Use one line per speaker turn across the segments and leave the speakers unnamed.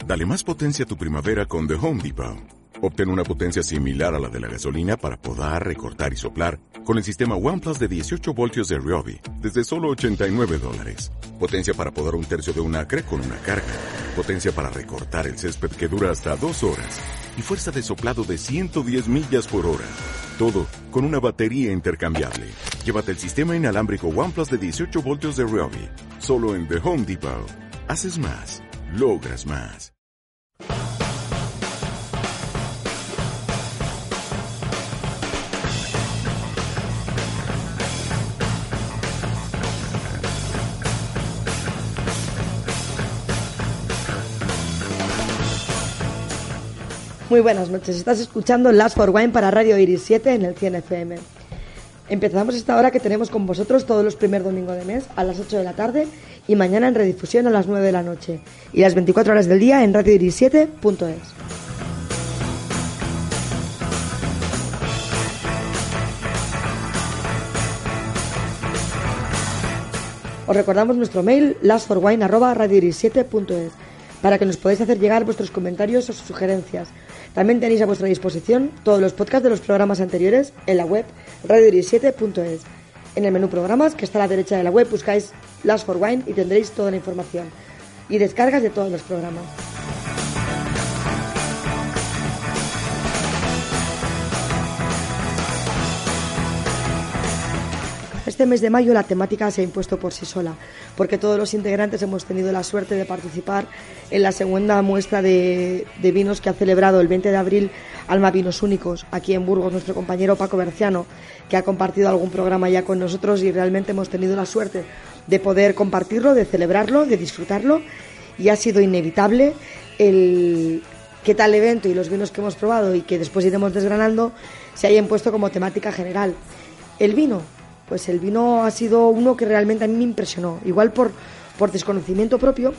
Dale más potencia a tu primavera con The Home Depot. Obtén una potencia similar a la de la gasolina para podar, recortar y soplar con el sistema OnePlus de 18 voltios de Ryobi desde solo $89. Potencia para podar un tercio de un acre con una carga. Potencia para recortar el césped que dura hasta 2 horas. Y fuerza de soplado de 110 millas por hora. Todo con una batería intercambiable. Llévate el sistema inalámbrico OnePlus de 18 voltios de Ryobi. Solo en The Home Depot. Haces más. Logras más.
Muy buenas noches, estás escuchando Last for Wine para Radio Iris 7 en el 100 FM. Empezamos esta hora que tenemos con vosotros todos los primeros domingos de mes a las 8 de la tarde y mañana en redifusión a las 9 de la noche y las 24 horas del día en radioiris7.es. Os recordamos nuestro mail lastforwine@radioiris7.es para que nos podáis hacer llegar vuestros comentarios o sugerencias. También tenéis a vuestra disposición todos los podcasts de los programas anteriores en la web radioiris7.es. En el menú programas, que está a la derecha de la web, buscáis Last for Wine y tendréis toda la información y descargas de todos los programas. Este mes de mayo la temática se ha impuesto por sí sola, porque todos los integrantes hemos tenido la suerte de participar en la segunda muestra de vinos que ha celebrado el 20 de abril Alma Vinos Únicos, aquí en Burgos, nuestro compañero Paco Berciano, que ha compartido algún programa ya con nosotros y realmente hemos tenido la suerte de poder compartirlo, de celebrarlo, de disfrutarlo, y ha sido inevitable el que tal evento y los vinos que hemos probado y que después iremos desgranando se haya impuesto como temática general. El vino. Pues el vino ha sido uno que realmente a mí me impresionó. Igual por desconocimiento propio,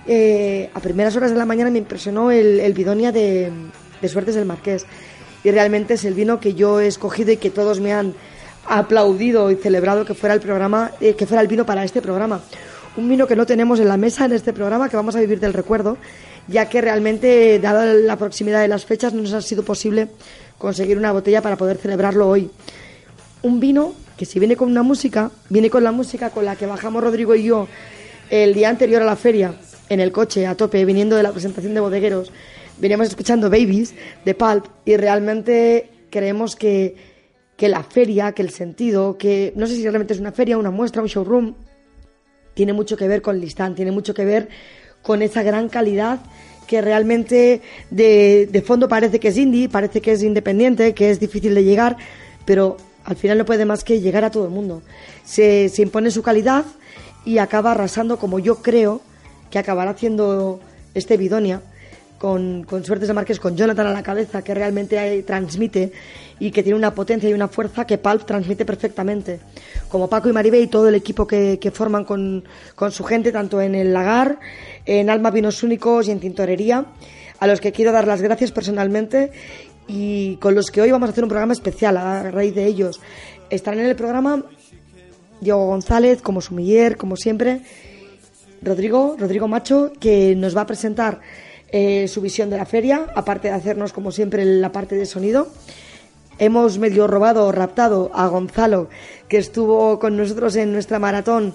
a primeras horas de la mañana me impresionó el Bidonia de Suertes del Marqués. Y realmente es el vino que yo he escogido y que todos me han aplaudido y celebrado que fuera el programa, que fuera el vino para este programa. Un vino que no tenemos en la mesa en este programa, que vamos a vivir del recuerdo, ya que realmente, dada la proximidad de las fechas, no nos ha sido posible conseguir una botella para poder celebrarlo hoy. Un vino que si viene con una música, viene con la música con la que bajamos Rodrigo y yo el día anterior a la feria, en el coche, a tope, viniendo de la presentación de Bodegueros. Veníamos escuchando Babies, de Pulp, y realmente creemos que la feria, que el sentido, que no sé si realmente es una feria, una muestra, un showroom, tiene mucho que ver con Listán, tiene mucho que ver con esa gran calidad que realmente de fondo parece que es indie, parece que es independiente, que es difícil de llegar, pero al final no puede más que llegar a todo el mundo. Se impone su calidad y acaba arrasando, como yo creo que acabará haciendo este Bidonia, con Suertes de Marqués, con Jonathan a la cabeza, que realmente transmite y que tiene una potencia y una fuerza que Pulp transmite perfectamente. Como Paco y Maribé y todo el equipo que forman con su gente, tanto en el Lagar, en Alma Vinos Únicos y en Tintorería, a los que quiero dar las gracias personalmente, y con los que hoy vamos a hacer un programa especial a raíz de ellos. Estarán en el programa Diego González, como sumiller, como siempre, Rodrigo Macho, que nos va a presentar su visión de la feria, aparte de hacernos, como siempre, la parte de sonido. Hemos medio robado o raptado a Gonzalo, que estuvo con nosotros en nuestra maratón.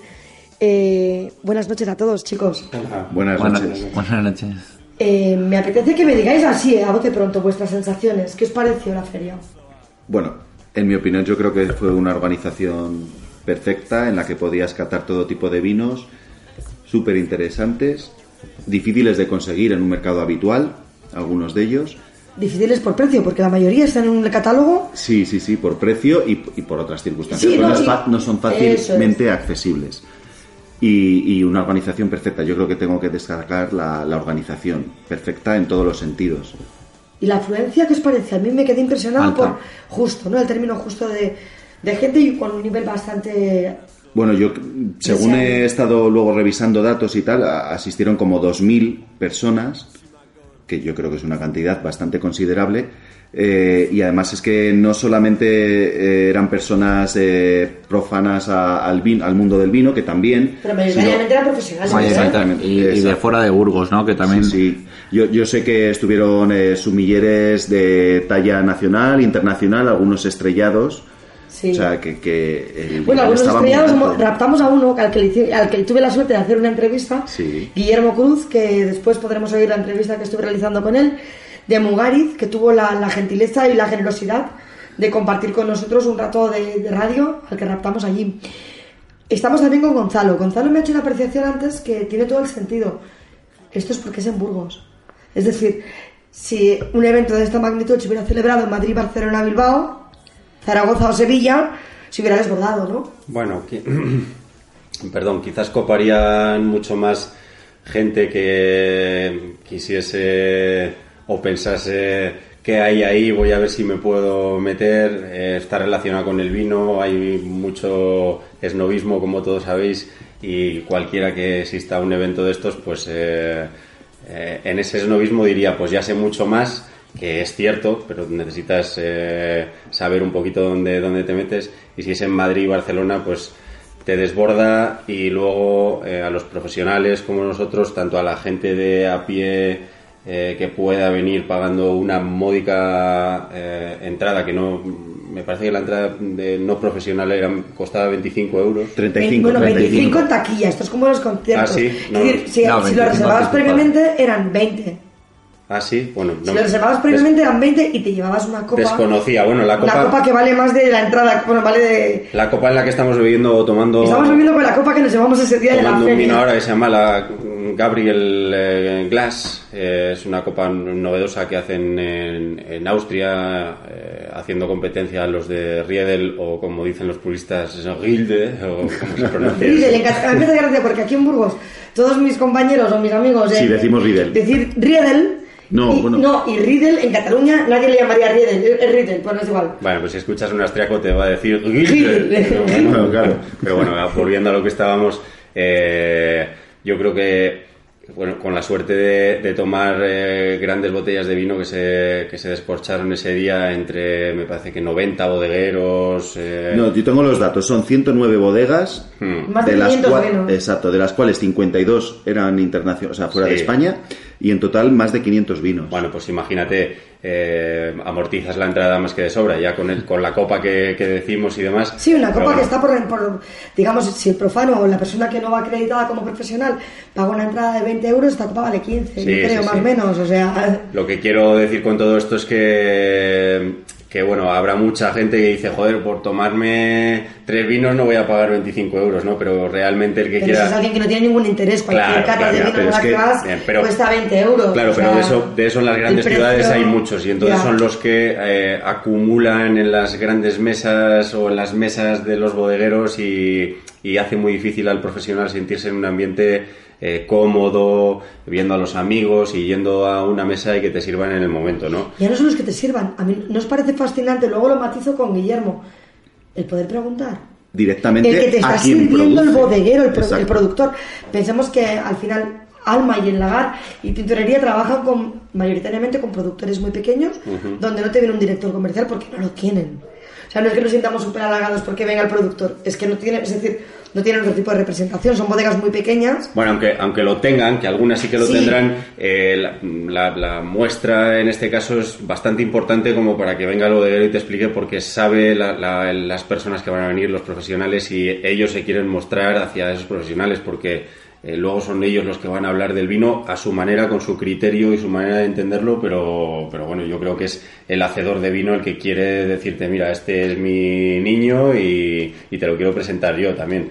Buenas noches a todos, chicos.
Hola. Buenas noches.
Buenas noches.
Me apetece que me digáis así, a bote pronto, vuestras sensaciones. ¿Qué os pareció la feria?
Bueno, en mi opinión yo creo que fue una organización perfecta en la que podías catar todo tipo de vinos, súper interesantes, difíciles de conseguir en un mercado habitual, algunos de ellos.
Difíciles por precio, porque la mayoría están en un catálogo.
Sí, por precio y por otras circunstancias.
Sí,
no son fácilmente accesibles. Y una organización perfecta. Yo creo que tengo que destacar la organización perfecta en todos los sentidos.
¿Y la afluencia qué os parece? A mí me quedé impresionado por justo, ¿no? El término justo de gente y con un nivel bastante...
Bueno, yo, según he estado luego revisando datos y tal, asistieron como 2.000 personas que yo creo que es una cantidad bastante considerable. Y además es que no solamente eran personas profanas al mundo del vino, que también,
pero mayoritariamente eran profesionales.
Y de fuera de Burgos, ¿no? Que también...
Sí. Yo sé que estuvieron sumilleres de talla nacional, internacional, algunos estrellados.
Sí.
O sea, que
bueno, algunos estrellados, raptamos a uno al que tuve la suerte de hacer una entrevista,
sí.
Guillermo Cruz, que después podremos oír la entrevista que estuve realizando con él, de Mugariz, que tuvo la gentileza y la generosidad de compartir con nosotros un rato de radio al que raptamos allí. Estamos también con Gonzalo. Gonzalo me ha hecho una apreciación antes que tiene todo el sentido. Esto es porque es en Burgos. Es decir, si un evento de esta magnitud se hubiera celebrado en Madrid, Barcelona, Bilbao, Zaragoza o Sevilla, se hubiera desbordado, ¿no?
Bueno, quizás coparían mucho más gente que quisiese o pensase qué hay ahí, voy a ver si me puedo meter, está relacionado con el vino, hay mucho esnovismo, como todos sabéis, y cualquiera que exista un evento de estos, pues en ese esnovismo diría, pues ya sé mucho más, que es cierto, pero necesitas saber un poquito dónde te metes, y si es en Madrid y Barcelona, pues te desborda, y luego a los profesionales como nosotros, tanto a la gente de a pie que pueda venir pagando una módica entrada, que no, me parece que la entrada de no profesional costaba 25 euros.
35.
Bueno, 25 en taquilla, esto es como los conciertos.
Ah, sí. No,
es decir, si lo reservabas previamente eran 20.
Ah, sí, bueno.
Si lo reservabas previamente eran 20 y te llevabas una copa.
Desconocía, bueno, la copa.
Una copa que vale más de la entrada, bueno, vale de.
La copa en la que estamos bebiendo o tomando.
Estamos bebiendo con la copa que nos llevamos ese día de la feria.
Tomando un vino ahora que se llama la Gabriel Glass. Es una copa novedosa que hacen en Austria, haciendo competencia a los de Riedel, o como dicen los puristas, Gilde, o como se pronuncia.
Riedel, me hace gracia porque aquí en Burgos todos mis compañeros o mis amigos.
Sí, decimos Riedel.
Decir Riedel. Y Riedel en Cataluña nadie le llamaría Riedel, es Riedel, pues no es igual.
Bueno, pues si escuchas un austriaco te va a decir Riedel. Bueno, claro. Pero bueno, volviendo a lo que estábamos, yo creo que bueno, con la suerte de tomar grandes botellas de vino que se descorcharon ese día entre, me parece que 90 bodegueros.
No, yo tengo los datos, son 109 bodegas,
más de 500 vinos.
Exacto, de las cuales 52 eran internacionales, o sea, fuera de España, y en total más de 500 vinos.
Bueno, pues imagínate, amortizas la entrada más que de sobra, ya con la copa que decimos y demás.
Sí, una copa que está por, digamos, si el profano o la persona que no va acreditada como profesional paga una entrada de 20 euros, esta copa vale 15, yo creo, más o menos, o sea.
Lo que quiero decir con todo esto es que bueno, habrá mucha gente que dice, joder, por tomarme 3 vinos no voy a pagar 25 euros, ¿no? Pero realmente el que quiera...
Pero si es alguien que no tiene ningún interés, cualquier cata de vino en la que cuesta 20 euros.
Claro, pero de eso en las grandes ciudades hay muchos, y entonces son los que acumulan en las grandes mesas o en las mesas de los bodegueros, y hace muy difícil al profesional sentirse en un ambiente cómodo, viendo a los amigos y yendo a una mesa y que te sirvan en el momento, ¿no?
Ya no son los que te sirvan. A mí ¿no os parece fascinante? Luego lo matizo con Guillermo. El poder preguntar.
Directamente
el que te está
a quien
sirviendo
produce.
El bodeguero, el productor. Pensemos que al final Alma y El Lagar y Tintorería trabajan mayoritariamente con productores muy pequeños, donde no te viene un director comercial porque no lo tienen. O sea, no es que nos sintamos súper halagados porque venga el productor, es que no tienen, es decir, no tienen otro tipo de representación, son bodegas muy pequeñas.
Bueno, aunque lo tengan, que algunas sí que lo tendrán, la muestra en este caso es bastante importante como para que venga el bodeguero y te explique, porque sabe las personas que van a venir, los profesionales, y ellos se quieren mostrar hacia esos profesionales, porque luego son ellos los que van a hablar del vino a su manera, con su criterio y su manera de entenderlo, pero bueno, yo creo que es el hacedor de vino el que quiere decirte, mira, este es mi niño y te lo quiero presentar yo también.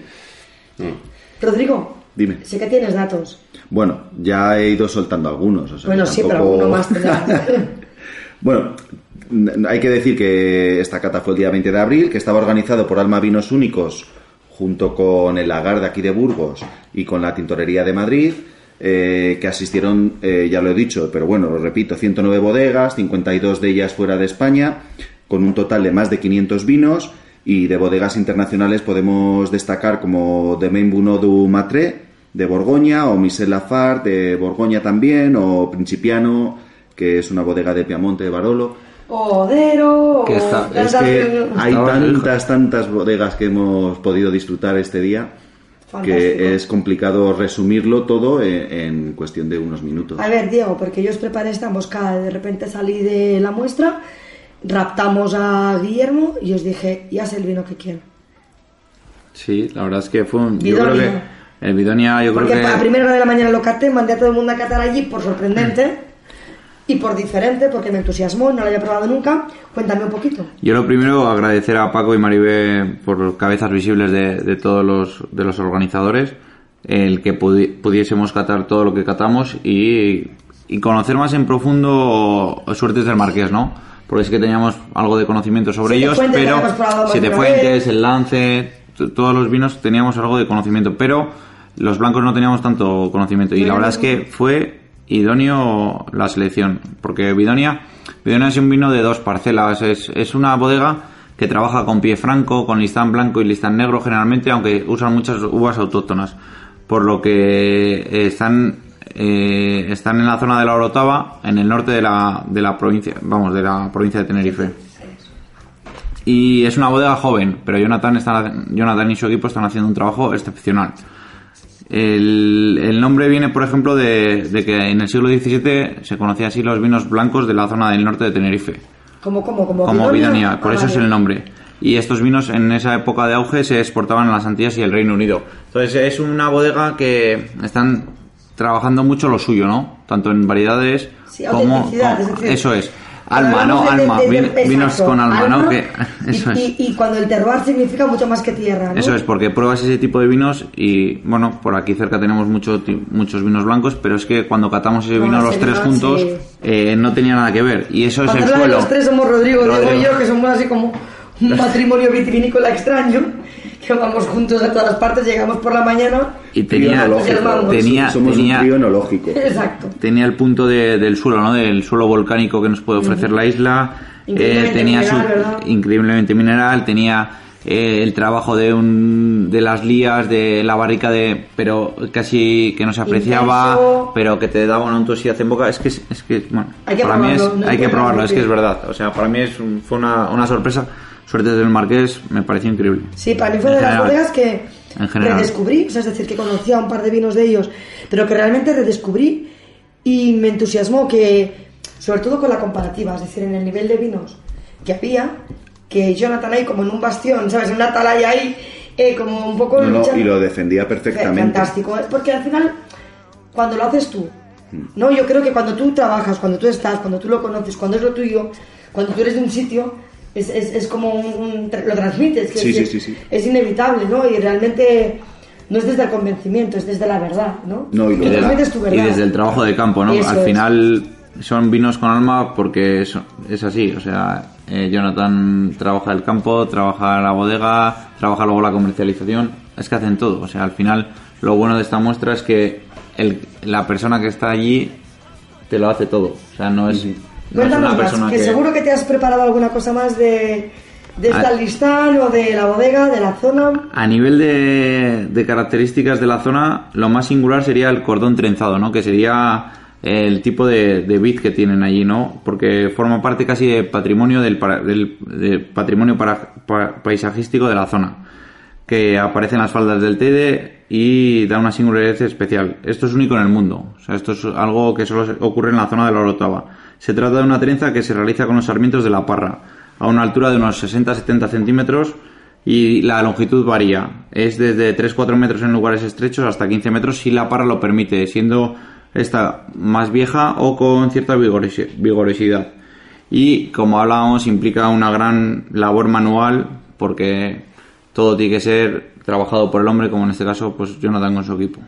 Rodrigo,
dime.
Sé que tienes datos.
Bueno, ya he ido soltando algunos. O sea,
bueno,
tampoco...
sí, pero alguno más tendrás.
Bueno, hay que decir que esta cata fue el día 20 de abril, que estaba organizado por Alma Vinos Únicos, junto con el Lagar de aquí de Burgos y con la Tintorería de Madrid, que asistieron, ya lo he dicho, pero bueno, lo repito, 109 bodegas, 52 de ellas fuera de España, con un total de más de 500 vinos, y de bodegas internacionales podemos destacar como de Main Bunot du Matre, de Borgoña, o Michel Lafard, de Borgoña también, o Principiano, que es una bodega de Piamonte de Barolo.
¡Odero!
Que está-
Es que hay
Estaba-
tantas bodegas que hemos podido disfrutar este día
Fantástico.
que es complicado resumirlo todo en cuestión de unos minutos.
A ver, Diego, porque yo os preparé esta emboscada, de repente salí de la muestra, raptamos a Guillermo y os dije, ya sé el vino que quiero.
Sí, la verdad es que fue un...
Bidonia.
Yo creo que el Bidonia, yo
Porque
creo que...
a primera hora de la mañana lo caté, mandé a todo el mundo a catar allí por sorprendente y por diferente, porque me entusiasmó, no lo había probado nunca. Cuéntame un poquito.
Yo lo primero agradecer a Paco y Maribé por cabezas visibles de todos los organizadores, el que pudiésemos catar todo lo que catamos y conocer más en profundo Suertes del Marqués, ¿no? Porque sí que teníamos algo de conocimiento sobre
Siete
ellos,
Fuentes,
pero
que hemos probado más
Siete
de una vez.
Fuentes, el Lance, todos los vinos teníamos algo de conocimiento, pero los blancos no teníamos tanto conocimiento y la verdad es que fue idóneo la selección, porque Bidonia es un vino de dos parcelas, es una bodega que trabaja con pie franco, con listán blanco y listán negro generalmente, aunque usan muchas uvas autóctonas, por lo que están en la zona de la Orotava, en el norte de la provincia, de la provincia de Tenerife. Y es una bodega joven, pero Jonathan y su equipo están haciendo un trabajo excepcional. El nombre viene, por ejemplo, de que en el siglo XVII se conocía así los vinos blancos de la zona del norte de Tenerife.
Como
Bidonia, por
Ah,
eso es
vale.
el nombre. Y estos vinos en esa época de auge se exportaban a las Antillas y el Reino Unido. Entonces es una bodega que están trabajando mucho lo suyo, ¿no? Tanto en variedades
Sí,
como...
autenticidad, es decir,
eso es.
cuando
Alma, ¿no?
hablamos
Alma. Vinos
exacto,
con alma, ¿no?
alma,
Que, eso es.
y cuando el terroir significa mucho más que tierra, ¿no?
Eso es, porque pruebas ese tipo de vinos y, bueno, por aquí cerca tenemos muchos vinos blancos, pero es que cuando catamos ese
No,
vino
ese
los tres
vino,
juntos,
sí.
no tenía nada que ver. Y eso es
Cuando
el
habla de
suelo.
los tres somos Rodrigo, Diego y
Rodrigo.
yo, que somos así como un matrimonio vitivinícola extraño, que vamos juntos a todas partes, llegamos por la mañana
Y tenía,
enológico.
Somos un trío enológico.
Exacto.
tenía el punto del suelo, ¿no? Del suelo volcánico que nos puede ofrecer la isla.
Increíblemente
Tenía
mineral, ¿verdad?
increíblemente mineral, tenía el trabajo de las lías, de la barrica pero casi que no se apreciaba,
Intenso.
pero que te daba una untuosidad en boca. Es que bueno,
Hay que
para mí
probarlo, no
hay que
puede
probarlo, es que
repetir.
es verdad. O sea, para mí fue una sorpresa. Suertes del Marqués me pareció increíble.
Sí, para mí fue
En
de las
general.
bodegas que
En general.
redescubrí, o sea, es decir, que conocía un par de vinos de ellos, pero que realmente redescubrí y me entusiasmó que, sobre todo con la comparativa, es decir, en el nivel de vinos que había, que Jonathan ahí como en un bastión, ¿sabes? En una atalaya ahí, como un poco...
Y lo defendía perfectamente.
Fantástico, porque al final, cuando lo haces tú, ¿no? Yo creo que cuando tú trabajas, cuando tú estás, cuando tú lo conoces, cuando es lo tuyo, cuando tú eres de un sitio, es como lo transmites, que
Sí.
es inevitable, ¿no? Y realmente no es desde el convencimiento, es desde la verdad, ¿no?
No, y
Tú
lo-
transmites tu verdad.
Y desde el trabajo de campo, ¿no?
Eso
Al
es.
final son vinos con alma porque es así, o sea, Jonathan trabaja el campo, trabaja la bodega, trabaja luego la comercialización, es que hacen todo, o sea, al final lo bueno de esta muestra es que la persona que está allí te lo hace todo, o sea, no es
Cuéntanos
una
más,
persona
que seguro que te has preparado alguna cosa más de esta listán o de la bodega, de la zona.
A nivel de características de la zona, lo más singular sería el cordón trenzado, ¿no? Que sería el tipo de vid que tienen allí, ¿no? Porque forma parte casi de patrimonio del patrimonio paisajístico de la zona, que aparece en las faldas del Teide y da una singularidad especial. Esto es único en el mundo, o sea, esto es algo que solo ocurre en la zona de la Orotava. Se trata de una trenza que se realiza con los sarmientos de la parra, a una altura de unos 60-70 centímetros, y la longitud varía. Es desde 3-4 metros en lugares estrechos hasta 15 metros si la parra lo permite, siendo esta más vieja o con cierta vigorosidad. Y como hablábamos, implica una gran labor manual porque todo tiene que ser trabajado por el hombre, como en este caso pues Jonathan con su equipo.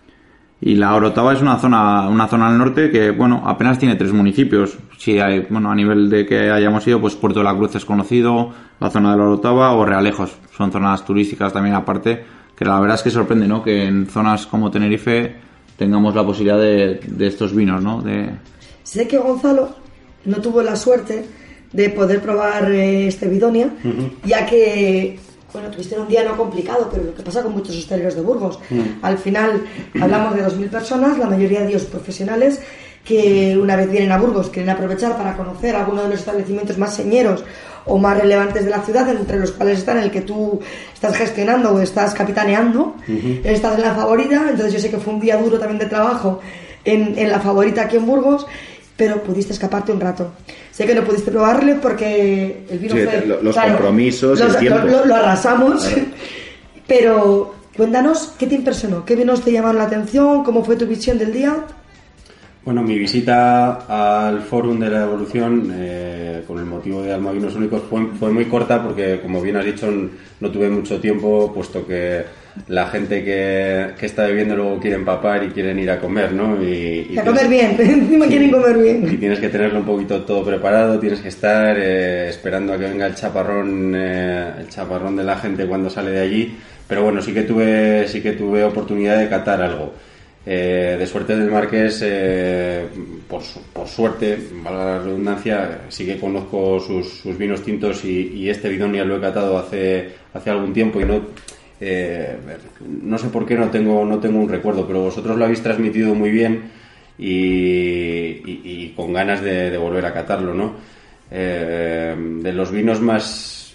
Y la Orotava es una zona al norte que, bueno, apenas tiene 3 municipios. Si hay, bueno, a nivel de que hayamos ido, pues Puerto de la Cruz es conocido, la zona de la Orotava o Realejos. Son zonas turísticas también aparte, que la verdad es que sorprende, ¿no? Que en zonas como Tenerife tengamos la posibilidad de estos vinos, ¿no?
Sé que Gonzalo no tuvo la suerte de poder probar este Bidonia, ya que, bueno, tuviste un día no complicado, pero lo que pasa con muchos hosteleros de Burgos. Al final hablamos de 2.000 personas, la mayoría de ellos profesionales, que una vez vienen a Burgos quieren aprovechar para conocer alguno de los establecimientos más señeros o más relevantes de la ciudad, entre los cuales están el que tú estás gestionando o estás capitaneando. Estás en La Favorita, entonces yo sé que fue un día duro también de trabajo en La Favorita aquí en Burgos, pero pudiste escaparte un rato. Sé que no pudiste probarle porque el vino fue...
Los compromisos, el tiempo.
Lo arrasamos, pero cuéntanos, ¿qué te impresionó? ¿Qué vinos te llamaron la atención? ¿Cómo fue tu visión del día?
Bueno, mi visita al Fórum de la Evolución con el motivo de Almavinos Únicos fue muy corta porque, como bien has dicho, no tuve mucho tiempo, puesto que la gente que está bebiendo luego quiere empapar y quieren ir a comer, ¿no? Y
a comer bien, encima quieren comer bien.
Y tienes que tenerlo un poquito todo preparado, tienes que estar esperando a que venga el chaparrón de la gente cuando sale de allí. Pero bueno, sí que tuve oportunidad de catar algo. De Suertes del Marqués, por suerte, valga la redundancia, sí que conozco sus vinos tintos y este Bidonia lo he catado hace algún tiempo y no sé por qué no tengo un recuerdo, pero vosotros lo habéis transmitido muy bien y con ganas de volver a catarlo, ¿no? De los vinos más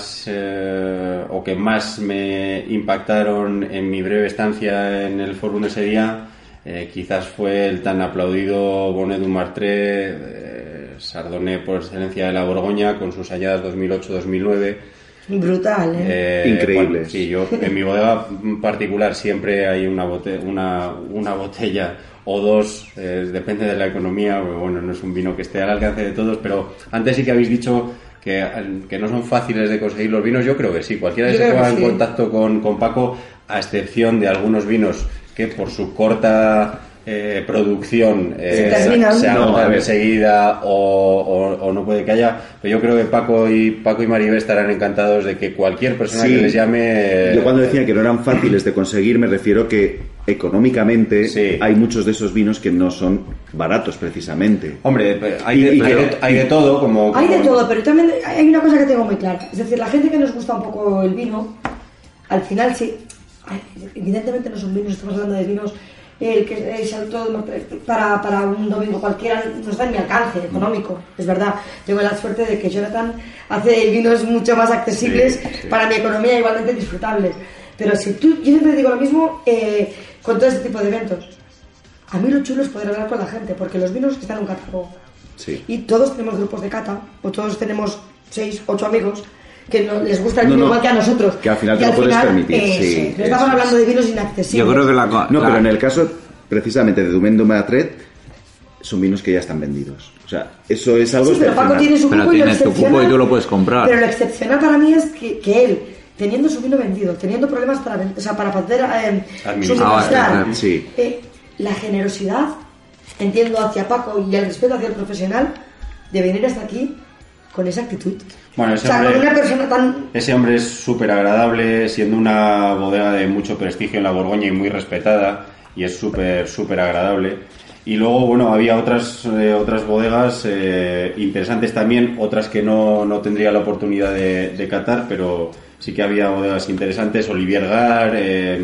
o que más me impactaron en mi breve estancia en el Fórum ese día, quizás fue el tan aplaudido Bonnet du Martré, Chardonnay por excelencia de la Borgoña, con sus añadas 2008-2009.
Brutal,
increíble.
Bueno, sí, yo en mi bodega particular siempre hay una botella o dos, depende de la economía. Bueno, no es un vino que esté al alcance de todos, pero antes sí que habéis dicho que no son fáciles de conseguir los vinos. Yo creo que sí, cualquiera que se ponga en contacto con Paco, a excepción de algunos vinos que por su corta producción se agotan enseguida o no puede que haya, pero yo creo que Paco y Maribel estarán encantados de que cualquier persona que les llame...
Yo cuando decía que no eran fáciles de conseguir me refiero que económicamente hay muchos de esos vinos que no son baratos precisamente.
Hombre, hay de todo, como...
Hay de todo, pero también hay una cosa que tengo muy clara, es decir, la gente que nos gusta un poco el vino, al final sí, evidentemente no son vinos, estamos hablando de vinos el que es todo para un domingo cualquiera no está en mi alcance económico, es verdad. Tengo la suerte de que Jonathan hace vinos mucho más accesibles para mi economía, igualmente disfrutables. Pero yo siempre digo lo mismo con todo este tipo de eventos. A mí lo chulo es poder hablar con la gente, porque los vinos están en un catálogo. Y todos tenemos grupos de cata, o todos tenemos 6, 8 amigos que les gusta el vino igual que a nosotros.
Que al final te lo puedes permitir.
No estamos hablando de vinos inaccesibles.
Yo creo que
pero en el caso precisamente de Domaine du Martret son vinos que ya están vendidos. O sea, eso es algo
excepcional. Pero Paco tiene su cupo,
tienes tu cupo y tú lo puedes comprar.
Pero lo excepcional para mí es que él, teniendo su vino vendido, teniendo problemas para poder suministrar, la generosidad, entiendo, hacia Paco y el respeto hacia el profesional, de venir hasta aquí con esa actitud.
Bueno, ese hombre es súper agradable, siendo una bodega de mucho prestigio en la Borgoña y muy respetada, y es súper agradable. Y luego, bueno, había otras bodegas interesantes también, otras que no tendría la oportunidad de catar, pero sí que había bodegas interesantes. Olivier Gar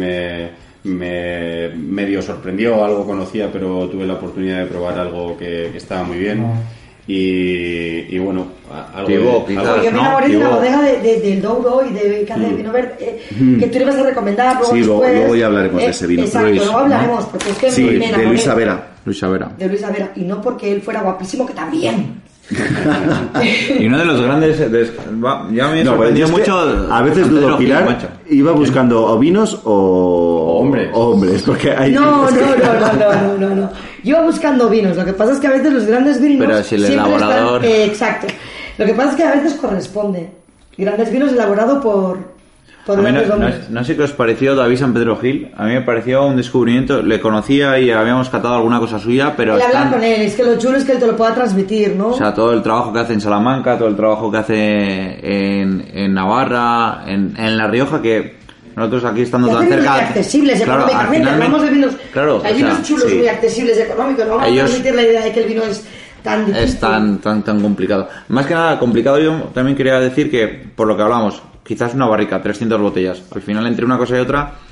me medio sorprendió, algo conocía, pero tuve la oportunidad de probar algo que estaba muy bien. Y bueno,
yo me enamoré de una bodega del Douro y de Vino Verde que tú le vas a recomendar
luego ya hablaremos de ese vino.
Exacto, luego hablaremos, porque es que me enamoré
de Luisa Vera.
De Luisa Vera, y no porque él fuera guapísimo, que también.
Y uno de los grandes ya me sorprendió mucho.
A veces dudo, Pilar iba buscando o vinos o hombres, porque hay
no. Yo iba buscando vinos. Lo que pasa es que a veces los grandes vinos,
pero si el elaborador
exacto. Lo que pasa es que a veces corresponde. Grandes vinos elaborados por grandes hombres.
No sé qué os pareció David San Pedro Gil. A mí me pareció un descubrimiento. Le conocía y habíamos catado alguna cosa suya, pero
hablar con él, es que lo chulo es que él te lo pueda transmitir, ¿no?
O sea, todo el trabajo que hace en Salamanca, todo el trabajo que hace en Navarra, en La Rioja, que nosotros aquí estando tan cerca,
muy accesibles económicamente, hablamos de vinos, hay vinos chulos muy accesibles económicos, no vamos a transmitir la idea de que el vino es tan difícil.
Es tan complicado. Más que nada complicado, yo también quería decir que, por lo que hablamos, quizás una barrica, 300 botellas. Al final, entre una cosa y otra,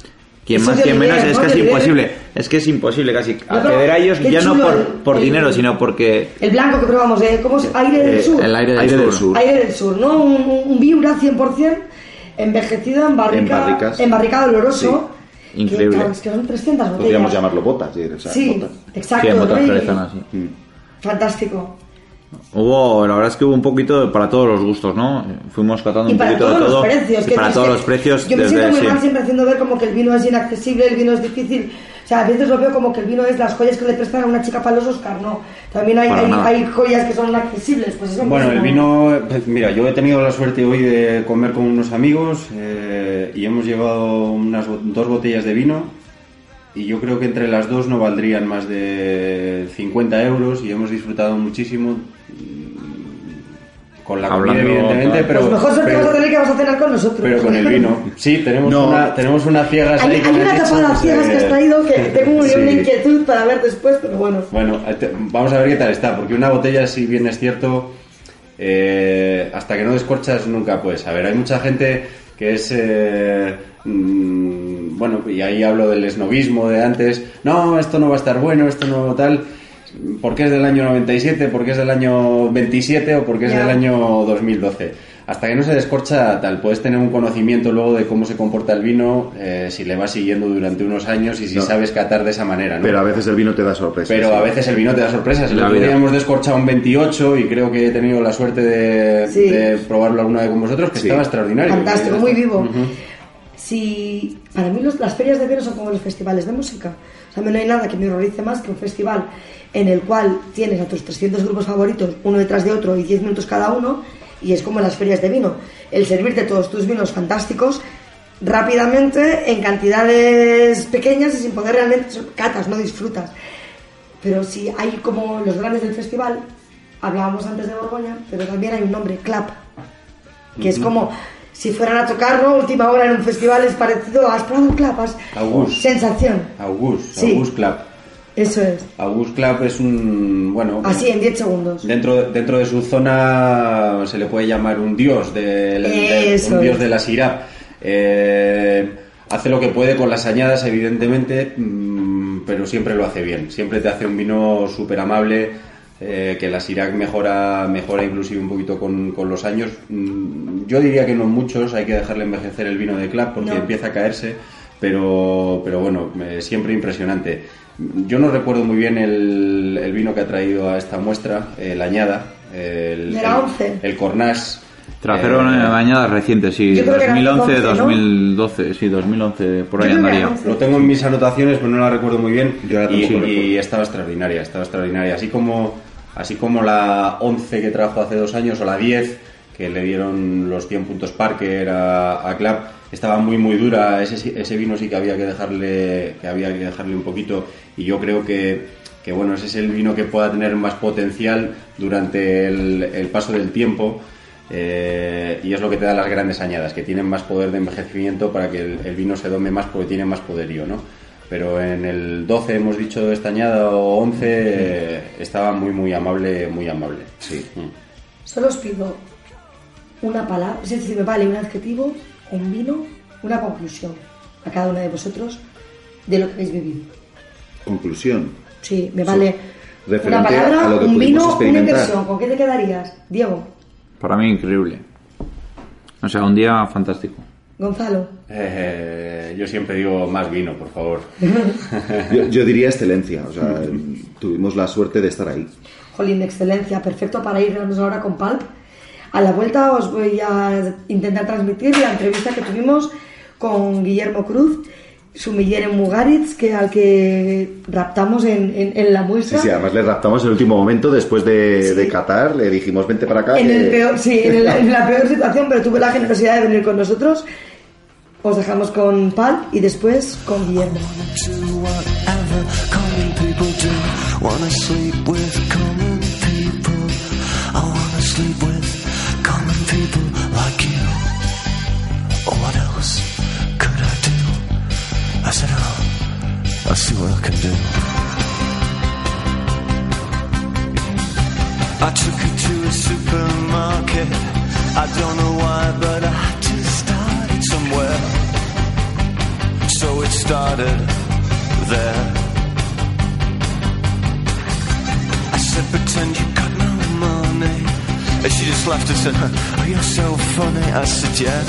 Quien más, quien menos, es casi imposible. Es que es imposible casi acceder a ellos, ya no por dinero, sino porque...
El blanco que probamos, ¿cómo es? Aire del Sur.
El aire del sur.
Aire del Sur, ¿no? Un Viura 100%, envejecido en barrica oloroso.
Sí. Increíble.
Es que son 300 botellas.
Podríamos llamarlo botas.
Sí,
botas.
exacto.
Sí, botas fresanas, sí.
Fantástico.
La verdad es que hubo un poquito para todos los gustos, ¿no? Fuimos catando un poquito de todo.
Y para todos los precios. Yo me siento muy mal siempre haciendo ver como que el vino es inaccesible, el vino es difícil. O sea, a veces lo veo como que el vino es las joyas que le prestan a una chica para los Oscar, ¿no? También hay joyas que son inaccesibles. Pues eso
bueno, el vino... Mira, yo he tenido la suerte hoy de comer con unos amigos y hemos llevado unas 2 botellas de vino. Y yo creo que entre las dos no valdrían más de 50 euros y hemos disfrutado muchísimo con la comida, evidentemente, pero...
Pues mejor suerte vas a tener que vas a cenar con nosotros.
Pero con el vino. Sí, tenemos unas ciegas ahí.
Hay una tapada de ciegas que has traído que tengo una inquietud para ver después, pero bueno.
Bueno, vamos a ver qué tal está, porque una botella, si bien es cierto, hasta que no descorchas nunca puedes saber. Hay mucha gente que es... bueno, y ahí hablo del esnovismo de antes. No, esto no va a estar bueno, esto no tal... porque es del año 97, porque es del año 27 o porque es del año 2012. Hasta que no se descorcha tal, puedes tener un conocimiento luego de cómo se comporta el vino, si le vas siguiendo durante unos años y si sabes catar de esa manera, ¿no?
Pero a veces el vino te da sorpresas.
A veces el vino te da sorpresas. El otro día hemos descorchado un 28 y creo que he tenido la suerte de probarlo alguna vez con vosotros, que estaba extraordinario.
Fantástico, muy vivo. Sí, para mí las ferias de vino son como los festivales de música. O sea, no hay nada que me horrorice más que un festival en el cual tienes a tus 300 grupos favoritos uno detrás de otro y 10 minutos cada uno, y es como las ferias de vino, el servirte todos tus vinos fantásticos rápidamente en cantidades pequeñas y sin poder realmente catas, no disfrutas. Pero si hay como los grandes del festival, hablábamos antes de Borgoña, pero también hay un nombre, Clap, que es como si fueran a tocar, ¿no? Última hora en un festival, es parecido a... ¿Has probado un Clap?
August.
Sensación.
August Clap.
Eso es.
August Clap es un... Bueno...
Así, en 10 segundos.
Dentro de su zona se le puede llamar un dios un dios de la Syrah. Hace lo que puede con las añadas, evidentemente, pero siempre lo hace bien. Siempre te hace un vino súper amable, que la Syrah mejora inclusive un poquito con los años. Yo diría que no muchos, hay que dejarle envejecer el vino de Clap porque empieza a caerse, pero bueno, siempre impresionante. Yo no recuerdo muy bien el vino que ha traído a esta muestra, la añada, el Cornage.
Trajeron añadas recientes, sí, 2011, 2012, sí, 2011, por ahí andaría.
Lo tengo en mis anotaciones, pero no la recuerdo muy bien. Y estaba extraordinaria. Así como la 11 que trajo hace 2 años, o la 10, que le dieron los 100 puntos Parker a Clap, estaba muy muy dura. Ese vino sí que había que dejarle un poquito, y yo creo que bueno, ese es el vino que pueda tener más potencial durante el paso del tiempo. Y es lo que te da las grandes añadas, que tienen más poder de envejecimiento para que el vino se dome más, porque tiene más poderío, ¿no? Pero en el 12 hemos dicho esta añada, o 11, estaba muy muy amable, sí.
Solo os pido una palabra, es decir, me vale un adjetivo, un vino, una conclusión a cada uno de vosotros de lo que habéis vivido.
¿Conclusión?
Sí, me vale
una
palabra,
a lo que
un vino,
experimentar.
una impresión. ¿Con qué te quedarías, Diego?
Para mí increíble. O sea, un día fantástico.
Gonzalo.
Yo siempre digo más vino, por favor.
yo diría excelencia. O sea, tuvimos la suerte de estar ahí.
Jolín, excelencia. Perfecto para irnos ahora con Pulp. A la vuelta os voy a intentar transmitir la entrevista que tuvimos con Guillermo Cruz, sumiller en Mugaritz, al que raptamos en la muestra.
Sí, además le raptamos en el último momento, después de catar, le dijimos vente para acá.
En la peor situación, pero tuve la generosidad de venir con nosotros. Os dejamos con Pal y después con Guillermo.
I said, I'll see what I can do. I took her to a supermarket. I don't know why, but I just started somewhere. So it's started there. I said, pretend you got no money. And she just laughed and said, oh, you're so funny. I said, yeah.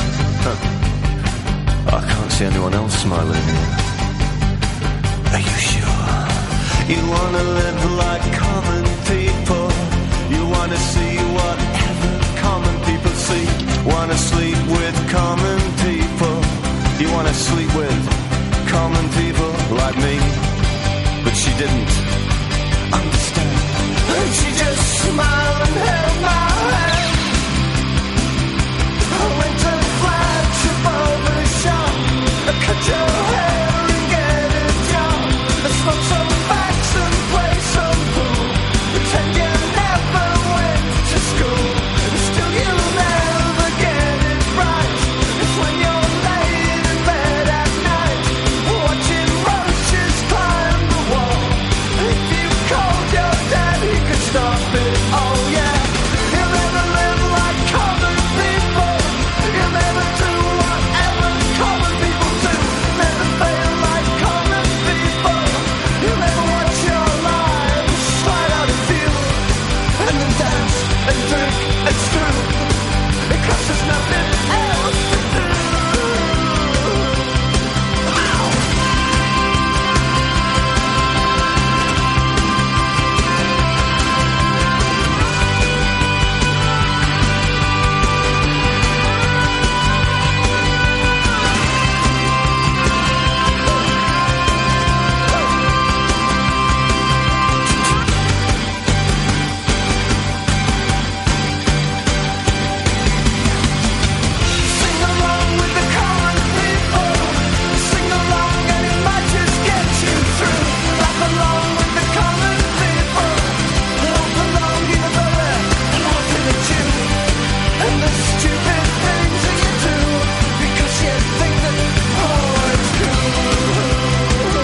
I can't see anyone else smiling here. Are you sure? You wanna live like common people. You wanna see whatever common people see. Wanna sleep with common people. You wanna sleep with common people like me. But she didn't understand. And she just smiled and held my hand. I went to flash above the shop. I cut your hair and get a job. I smoke some facts and play some pool. Pretend you never went to school. Still you'll never get it right. It's when you're laid in bed at night, watching roaches climb the wall. If you called your dad, he could stop it. Oh yeah. You'll never live like common people. You'll never do whatever common people do. Never fail like common people. You'll never watch your life slide out of view. And then dance and drink and screw. Because there's nothing else to do. Sing along with the common people. Sing along and it might just get you through. Laugh along with the common people. Laugh along even though they're laughing at you. And the stupid things that you do. Because you think that, oh, it's cool.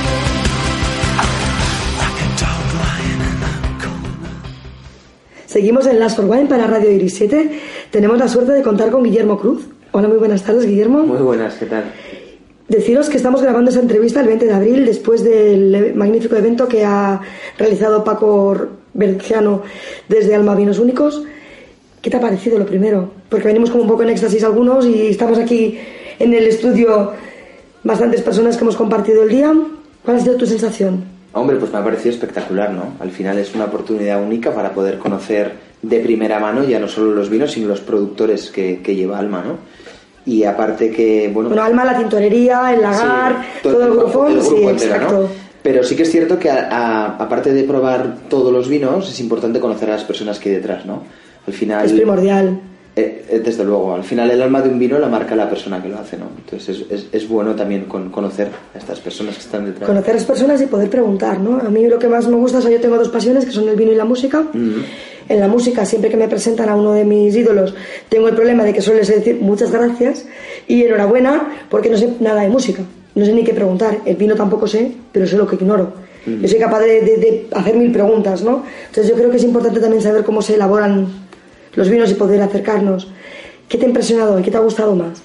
Like a dog lying in a corner.
Seguimos en Last for Wine para Radio Iris 7. Tenemos la suerte de contar con Guillermo Cruz. Hola, muy buenas tardes, Guillermo.
Muy buenas, ¿qué tal?
Deciros que estamos grabando esa entrevista el 20 de abril después del magnífico evento que ha realizado Paco Berciano desde Alma Vinos Únicos. ¿Qué te ha parecido lo primero? Porque venimos como un poco en éxtasis algunos y estamos aquí en el estudio bastantes personas que hemos compartido el día. ¿Cuál ha sido tu sensación?
Hombre, pues me ha parecido espectacular, ¿no? Al final es una oportunidad única para poder conocer de primera mano ya no solo los vinos, sino los productores que lleva Alma, ¿no? Y aparte que, bueno...
Bueno, Alma, la tintorería, el lagar,
sí,
todo el grupo,
el grupo
sí,
entero,
exacto.
¿no? Pero sí que es cierto que aparte de probar todos los vinos, es importante conocer a las personas que hay detrás, ¿no? Al final...
Es primordial.
Desde luego, al final el alma de un vino la marca la persona que lo hace, ¿no? Entonces es bueno también conocer a estas personas que están detrás.
Conocer a las personas y poder preguntar, ¿no? A mí lo que más me gusta, o sea, yo tengo dos pasiones que son el vino y la música. En la música, siempre que me presentan a uno de mis ídolos, tengo el problema de que sueles decir muchas gracias y enhorabuena, porque no sé nada de música, no sé ni qué preguntar. El vino tampoco sé, pero sé lo que ignoro. Yo soy capaz de hacer 1000 preguntas, ¿no? Entonces yo creo que es importante también saber cómo se elaboran los vinos y poder acercarnos. ¿Qué te ha impresionado y qué te ha gustado más?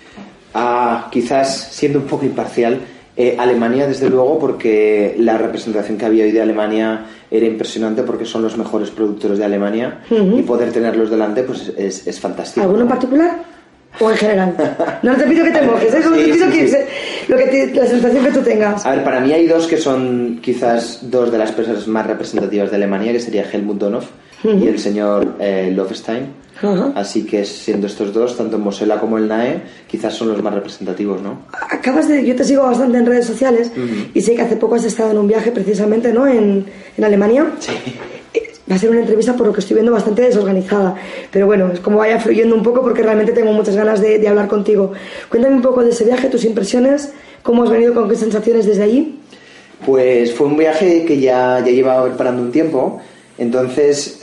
Quizás siendo un poco imparcial, Alemania, desde luego, porque la representación que había hoy de Alemania era impresionante, porque son los mejores productores de Alemania y poder tenerlos delante pues es fantástico.
¿Alguno en particular? ¿O en general? No te pido que te mojes, ¿eh?
Sí,
te pido
sí,
que la sensación que tú tengas.
A ver, para mí hay dos que son quizás dos de las personas más representativas de Alemania, que sería Helmut Donoff y el señor Lofstein. Así que siendo estos dos, tanto en Mosela como el NAE, quizás son los más representativos, ¿no?
Yo te sigo bastante en redes sociales y sé que hace poco has estado en un viaje precisamente, ¿no? En Alemania.
Sí.
Va a ser una entrevista, por lo que estoy viendo, bastante desorganizada, pero bueno, es como vaya fluyendo un poco, porque realmente tengo muchas ganas de hablar contigo. Cuéntame un poco de ese viaje, tus impresiones, cómo has venido, con qué sensaciones desde allí.
Pues fue un viaje que ya llevaba preparando un tiempo. Entonces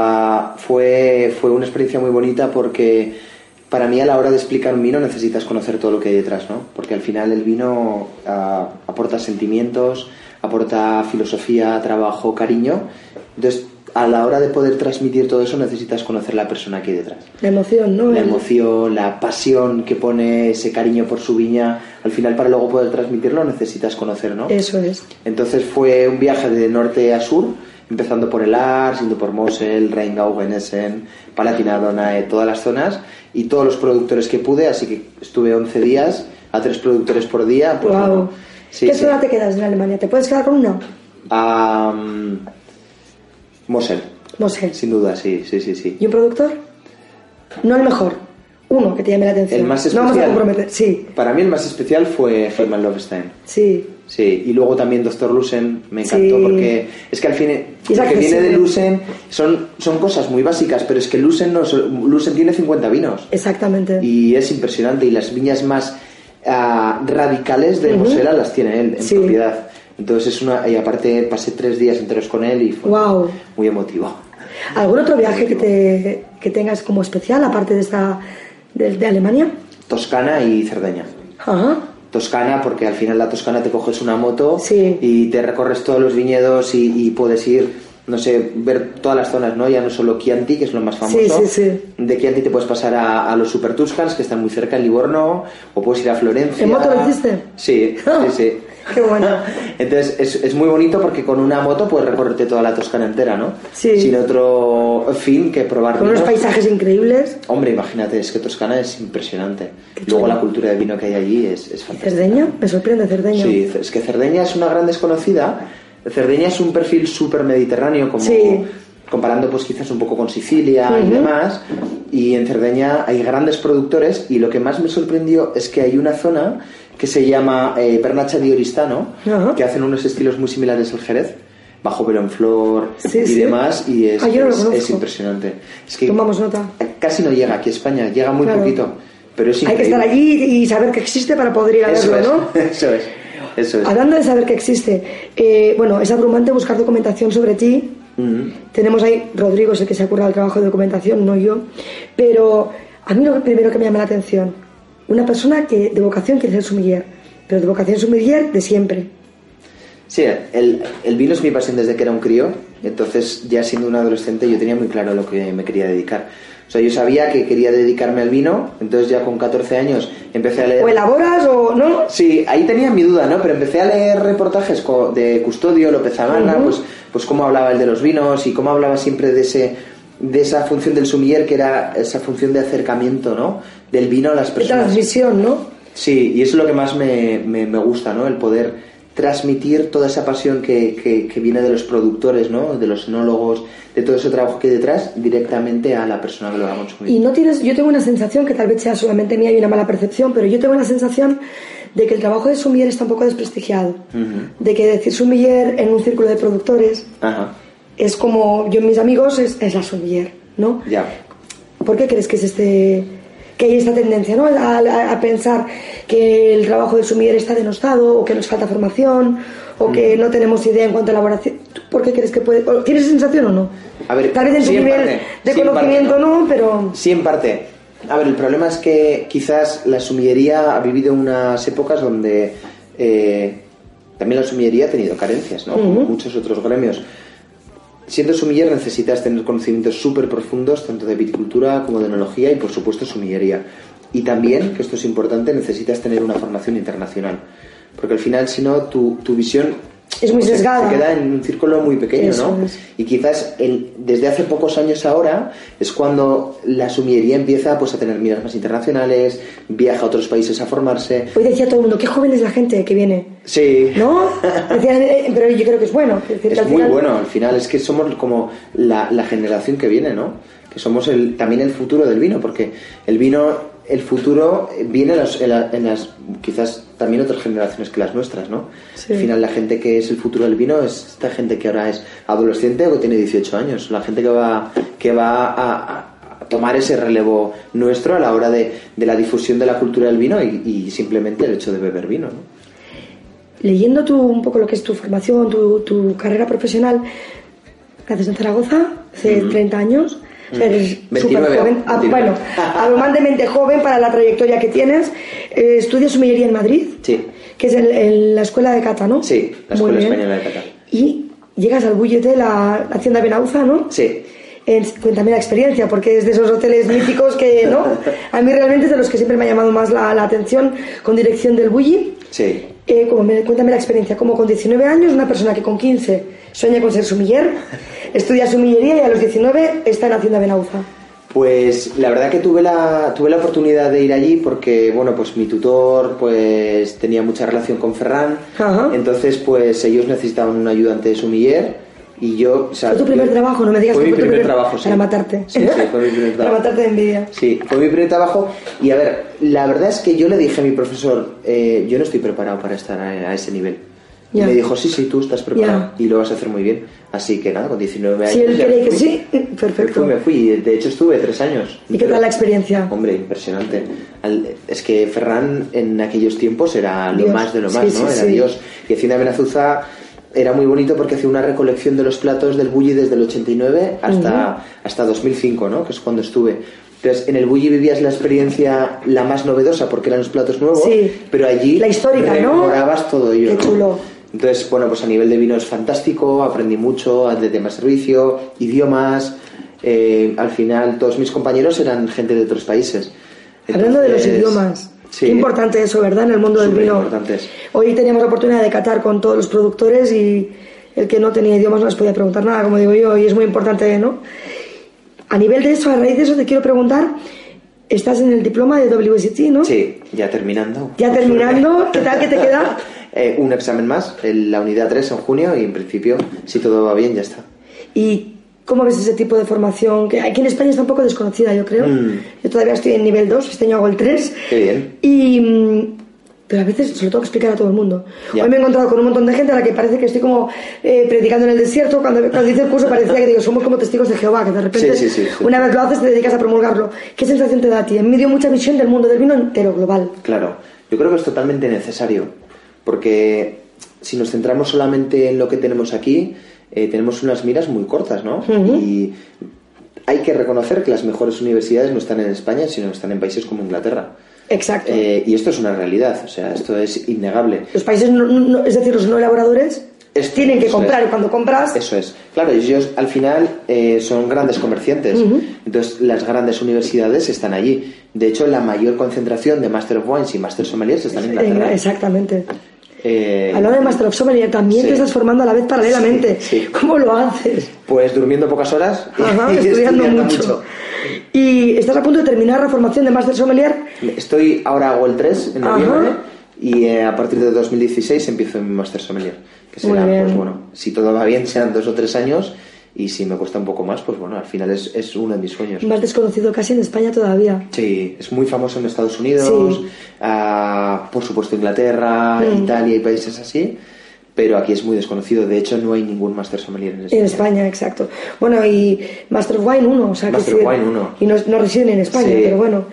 fue una experiencia muy bonita, porque para mí a la hora de explicar un vino necesitas conocer todo lo que hay detrás, ¿no? Porque al final el vino aporta sentimientos, aporta filosofía, trabajo, cariño. Entonces a la hora de poder transmitir todo eso necesitas conocer la persona que hay detrás.
La emoción, ¿no?
La emoción, la pasión que pone, ese cariño por su viña, al final para luego poder transmitirlo necesitas conocer, ¿no?
Eso es.
Entonces fue un viaje de norte a sur, empezando por el Ars, yendo por Mosel, Rheingau, Essen, Palatinado, todas las zonas y todos los productores que pude, así que estuve 11 días a 3 productores por día. Pues,
wow.
bueno, sí,
¿Qué zona te quedas en Alemania? ¿Te puedes quedar con una?
Mosel.
Mosel.
Sin duda, sí.
¿Y un productor? No el mejor. Uno que te llame la atención.
El más
No
especial.
vamos a comprometer. Sí.
Para mí el más especial fue Hermann Löwenstein.
Sí.
Sí, y luego también Dr. Lusen me encantó,
Sí.
porque es que al fin lo que viene de Lusen son cosas muy básicas, pero es que Lusen tiene 50 vinos
Exactamente.
y es impresionante, y las viñas más radicales de Mosela las tiene él en
Sí.
propiedad. Entonces y aparte pasé 3 días enteros con él y fue
Wow.
muy emotivo.
¿Algún otro viaje que tengas como especial, aparte de Alemania?
Toscana y Cerdeña.
Ajá.
Toscana, porque al final la Toscana te coges una moto
Sí.
y te recorres todos los viñedos y puedes ir, no sé, ver todas las zonas, ¿no? Ya no solo Chianti, que es lo más famoso.
Sí.
De Chianti te puedes pasar a los Super Tuscans, que están muy cerca, en Livorno, o puedes ir a Florencia.
¿En moto lo hiciste?
Sí.
Qué bueno.
Entonces es muy bonito porque con una moto puedes recorrerte toda la Toscana entera, ¿no?
Sí.
Sin otro fin que probar
Con unos
vinos.
paisajes increíbles.
Hombre, imagínate, es que Toscana es impresionante.
Qué
Luego
chulo.
la cultura de vino que hay allí es fantástica.
¿Cerdeña? Me sorprende Cerdeña.
Sí, es que Cerdeña es una gran desconocida. Cerdeña es un perfil súper mediterráneo, como
Sí.
comparando pues quizás un poco con Sicilia y
Ujú.
demás. Y en Cerdeña hay grandes productores, y lo que más me sorprendió es que hay una zona que se llama Pernaccia di Oristano,
Ajá.
que hacen unos estilos muy similares al Jerez, bajo velo en flor
Sí,
y
sí.
demás, y es,
Yo no lo
es
conozco.
impresionante. Es que
Tomamos nota.
casi no llega aquí a España, llega muy
Claro.
poquito, pero es
Hay que
increíble.
estar allí y saber que existe para poder ir a
Eso
verlo, ¿no?
es, eso es.
Hablando de saber que existe, bueno, es abrumante buscar documentación sobre ti.
Ujú.
Tenemos ahí, Rodrigo es el que se ha currado el trabajo de documentación, no yo. Pero a mí lo primero que me llama la atención, una persona que de vocación quiere ser sommelier, pero de vocación sommelier de siempre.
Sí, el vino es mi pasión desde que era un crío, entonces ya siendo un adolescente yo tenía muy claro a lo que me quería dedicar. O sea, yo sabía que quería dedicarme al vino, entonces ya con 14 años empecé a leer...
O elaboras o no.
Sí, ahí tenía mi duda, ¿no? Pero empecé a leer reportajes de Custodio, López Amana, pues cómo hablaba él de los vinos y cómo hablaba siempre de esa función del sommelier, que era esa función de acercamiento, ¿no? Del vino a las
De
personas.
transmisión, ¿no?
Sí, y eso es lo que más me gusta, ¿no? El poder transmitir toda esa pasión que viene de los productores, ¿no? De los enólogos, de todo ese trabajo que hay detrás, directamente a la persona que lo va a consumir.
Y no tienes, yo tengo una sensación, que tal vez sea solamente mía y una mala percepción, pero yo tengo una sensación de que el trabajo de sommelier está un poco desprestigiado.
Ujú.
De que decir sommelier en un círculo de productores
Ajá,
es como, yo en mis amigos es la sommelier, ¿no?
ya.
¿Por qué crees que es que hay esta tendencia, ¿no? a pensar que el trabajo de sommelier está denostado, o que nos falta formación, o que no tenemos idea en cuanto a elaboración? ¿Por qué crees que puede? ¿Tienes esa sensación o no?
A ver,
tal vez en tu
sí, en
nivel
parte,
de
sí, en
conocimiento
parte,
no, pero
Sí, en parte. A ver, el problema es que quizás la sommelería ha vivido unas épocas donde también la sommelería ha tenido carencias, ¿no? Como muchos otros gremios. Siendo sommelier necesitas tener conocimientos súper profundos, tanto de viticultura como de enología y, por supuesto, sommelería. Y también, que esto es importante, necesitas tener una formación internacional. Porque al final, si no, tu visión
es muy sesgada.
se queda en un círculo muy pequeño,
Eso
¿no?
es.
Y quizás desde hace pocos años ahora es cuando la sommelería empieza pues a tener miras más internacionales, viaja a otros países a formarse.
hoy decía todo el mundo, qué joven es la gente que viene,
Sí.
¿no? Decían, pero yo creo que es bueno. Es decir, que
Es
al
muy
final-
bueno, al final es que somos como la generación que viene, ¿no? Que somos también el futuro del vino, porque el vino, el futuro viene en las quizás también otras generaciones que las nuestras, ¿no?
Sí.
Al final la gente que es el futuro del vino es esta gente que ahora es adolescente o que tiene 18 años, la gente que va a tomar ese relevo nuestro a la hora de la difusión de la cultura del vino y simplemente el hecho de beber vino, ¿no?
Leyendo un poco lo que es tu formación, tu carrera profesional, naces en Zaragoza hace 30 años, o sea, eres
29,
súper joven,
29.
bueno, abrumantemente joven para la trayectoria que tienes. Estudias sommelería en Madrid,
Sí.
que es en la escuela de cata, ¿no?
Sí, la
Muy
Escuela
bien.
Española de Cata.
Y llegas al Bulli Hotel, a la Hacienda Benauza, ¿no?
Sí.
Cuéntame la experiencia, porque es de esos hoteles míticos que, ¿no? A mí realmente es de los que siempre me ha llamado más la atención, con dirección del Bulli.
Sí.
Cuéntame la experiencia, como con 19 años, una persona que con 15 sueña con ser sumiller, estudia sumillería y a los 19 está en Hacienda Benauza.
Pues la verdad que tuve la oportunidad de ir allí porque, bueno, pues mi tutor pues tenía mucha relación con Ferran.
Ajá.
Entonces pues ellos necesitaban un ayudante de sumiller y yo... O sea,
¿Fue tu primer trabajo? No me digas
fue
que
mi primer trabajo, sí.
Para matarte.
Sí, fue mi primer trabajo.
Para matarte de envidia.
Sí, fue mi primer trabajo y a ver, la verdad es que yo le dije a mi profesor, yo no estoy preparado para estar a ese nivel. Y
Ya.
me dijo, sí, tú estás preparado
Ya.
y lo vas a hacer muy bien. Así que nada, con 19 años...
Si él
ya
cree que
fui.
sí, perfecto.
Me fui, de hecho estuve 3 años.
¿Y qué tal la experiencia?
Hombre, impresionante. Es que Ferran en aquellos tiempos era lo
Dios.
más de lo más,
Sí,
¿no?
sí,
Era
sí.
Dios. Y Hacienda Benauza era muy bonito porque hacía una recolección de los platos del Bulli desde el 89 hasta 2005, ¿no? Que es cuando estuve. Entonces, en el Bulli vivías la experiencia la más novedosa porque eran los platos nuevos,
Sí.
pero allí
La histórica, ¿no?
rememorabas todo ello.
Qué
¿no?
chulo.
Entonces, bueno, pues a nivel de vino es fantástico, aprendí mucho de temas de servicio, idiomas. Al final, todos mis compañeros eran gente de otros países.
Hablando de los
Entonces,
idiomas,
sí.
qué importante eso, ¿verdad? En el mundo del vino.
Superimportantes.
Hoy teníamos la oportunidad de catar con todos los productores y el que no tenía idiomas no les podía preguntar nada, como digo yo, y es muy importante, ¿no? A nivel de eso, a raíz de eso, te quiero preguntar, estás en el diploma de WSET, ¿no?
Sí, ya terminando.
Ya terminando, ¿qué tal que te queda?
Un examen más, la unidad 3 en junio y en principio, si todo va bien, ya está.
¿Y cómo ves ese tipo de formación? Que aquí en España está un poco desconocida, yo creo. Yo todavía estoy en nivel 2, este año hago el 3.
Qué bien.
Pero a veces se lo tengo que explicar a todo el mundo.
Ya.
Hoy me he encontrado con un montón de gente a la que parece que estoy como predicando en el desierto. Cuando hice el curso parecía que digo, somos como testigos de Jehová, que de repente
Sí.
una vez lo haces te dedicas a promulgarlo. ¿Qué sensación te da a ti? A mí me dio mucha visión del mundo del vino entero, global.
Claro, yo creo que es totalmente necesario, porque si nos centramos solamente en lo que tenemos aquí, tenemos unas miras muy cortas, ¿no? Y hay que reconocer que las mejores universidades no están en España, sino están en países como Inglaterra.
Exacto.
Y esto es una realidad, o sea, esto es innegable.
Los países, es decir, los no elaboradores, tienen que comprar, y cuando compras...
Eso es. Claro, ellos al final son grandes comerciantes. Entonces, las grandes universidades están allí. De hecho, la mayor concentración de Master of Wines y Master Sommeliers están en Inglaterra.
Exactamente. Hablando de Master of Sommelier, también
sí.
te estás formando a la vez paralelamente.
Sí.
¿Cómo lo haces?
Pues durmiendo pocas horas y
estudiando mucho. ¿Y estás a punto de terminar la formación de Master Sommelier?
Ahora hago el 3 en noviembre y a partir de 2016 empiezo mi Master Sommelier. Que será, pues bueno, si todo va bien, serán 2 o 3 años. Y si me cuesta un poco más, pues bueno, al final es uno de mis sueños.
Más desconocido casi en España todavía.
Sí, es muy famoso en Estados Unidos,
Sí.
Por supuesto Inglaterra, Italia y países así, pero aquí es muy desconocido. De hecho, no hay ningún Master Sommelier en España.
En España, exacto. Bueno, y Master of Wine 1, o sea,
Master
que
of Wine 1.
Y no residen en España,
Sí.
pero bueno.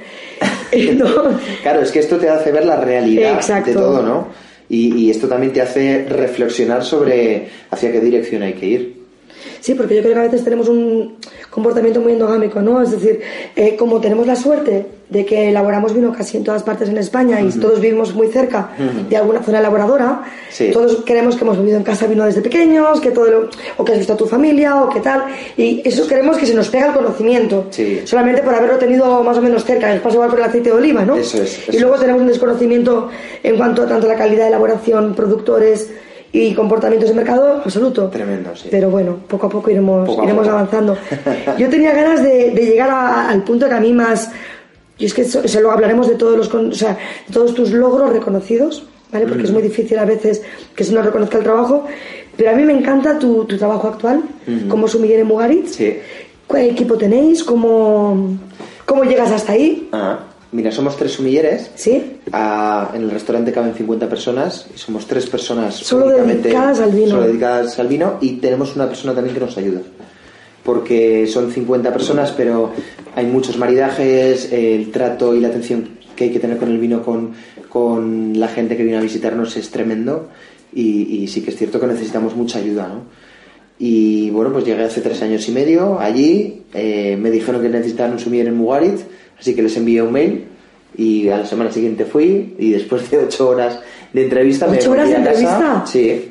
No.
Claro, es que esto te hace ver la realidad
Exacto.
de todo, ¿no? Y esto también te hace reflexionar sobre hacia qué dirección hay que ir.
Sí, porque yo creo que a veces tenemos un comportamiento muy endogámico, ¿no? Es decir, como tenemos la suerte de que elaboramos vino casi en todas partes en España y todos vivimos muy cerca de alguna zona elaboradora,
Sí.
todos creemos que hemos bebido en casa vino desde pequeños, o que has visto a tu familia, o que tal, y eso creemos que se nos pega el conocimiento,
Sí.
solamente por haberlo tenido más o menos cerca. Les pasa igual con el aceite de oliva, ¿no?
Eso es,
y luego tenemos un desconocimiento en cuanto a tanto la calidad de elaboración, productores y comportamientos de mercado absoluto.
Tremendo, sí.
Pero bueno, poco a poco iremos
Poco a poco.
avanzando. Yo tenía ganas de llegar al punto que a mí más... Y es que se lo hablaremos de todos de todos tus logros reconocidos, ¿vale? Porque es muy difícil a veces que se nos reconozca el trabajo. Pero a mí me encanta tu trabajo actual, como sumiller en Mugaritz.
Sí.
¿Qué equipo tenéis? ¿Cómo llegas hasta ahí?
Mira, somos 3 sumilleres.
¿Sí?
En el restaurante caben 50 personas y somos 3 personas
Solo
únicamente
dedicadas al vino.
Solo dedicadas al vino, y tenemos una persona también que nos ayuda. Porque son 50 personas, pero hay muchos maridajes, el trato y la atención que hay que tener con el vino, con la gente que viene a visitarnos es tremendo, y sí que es cierto que necesitamos mucha ayuda, ¿no? Y bueno, pues llegué hace 3 años y medio allí, me dijeron que necesitaban un sommelier en Mugaritz, así que les envié un mail y a la semana siguiente fui, y después de 8 horas de entrevista...
¿8 horas de entrevista?
Sí,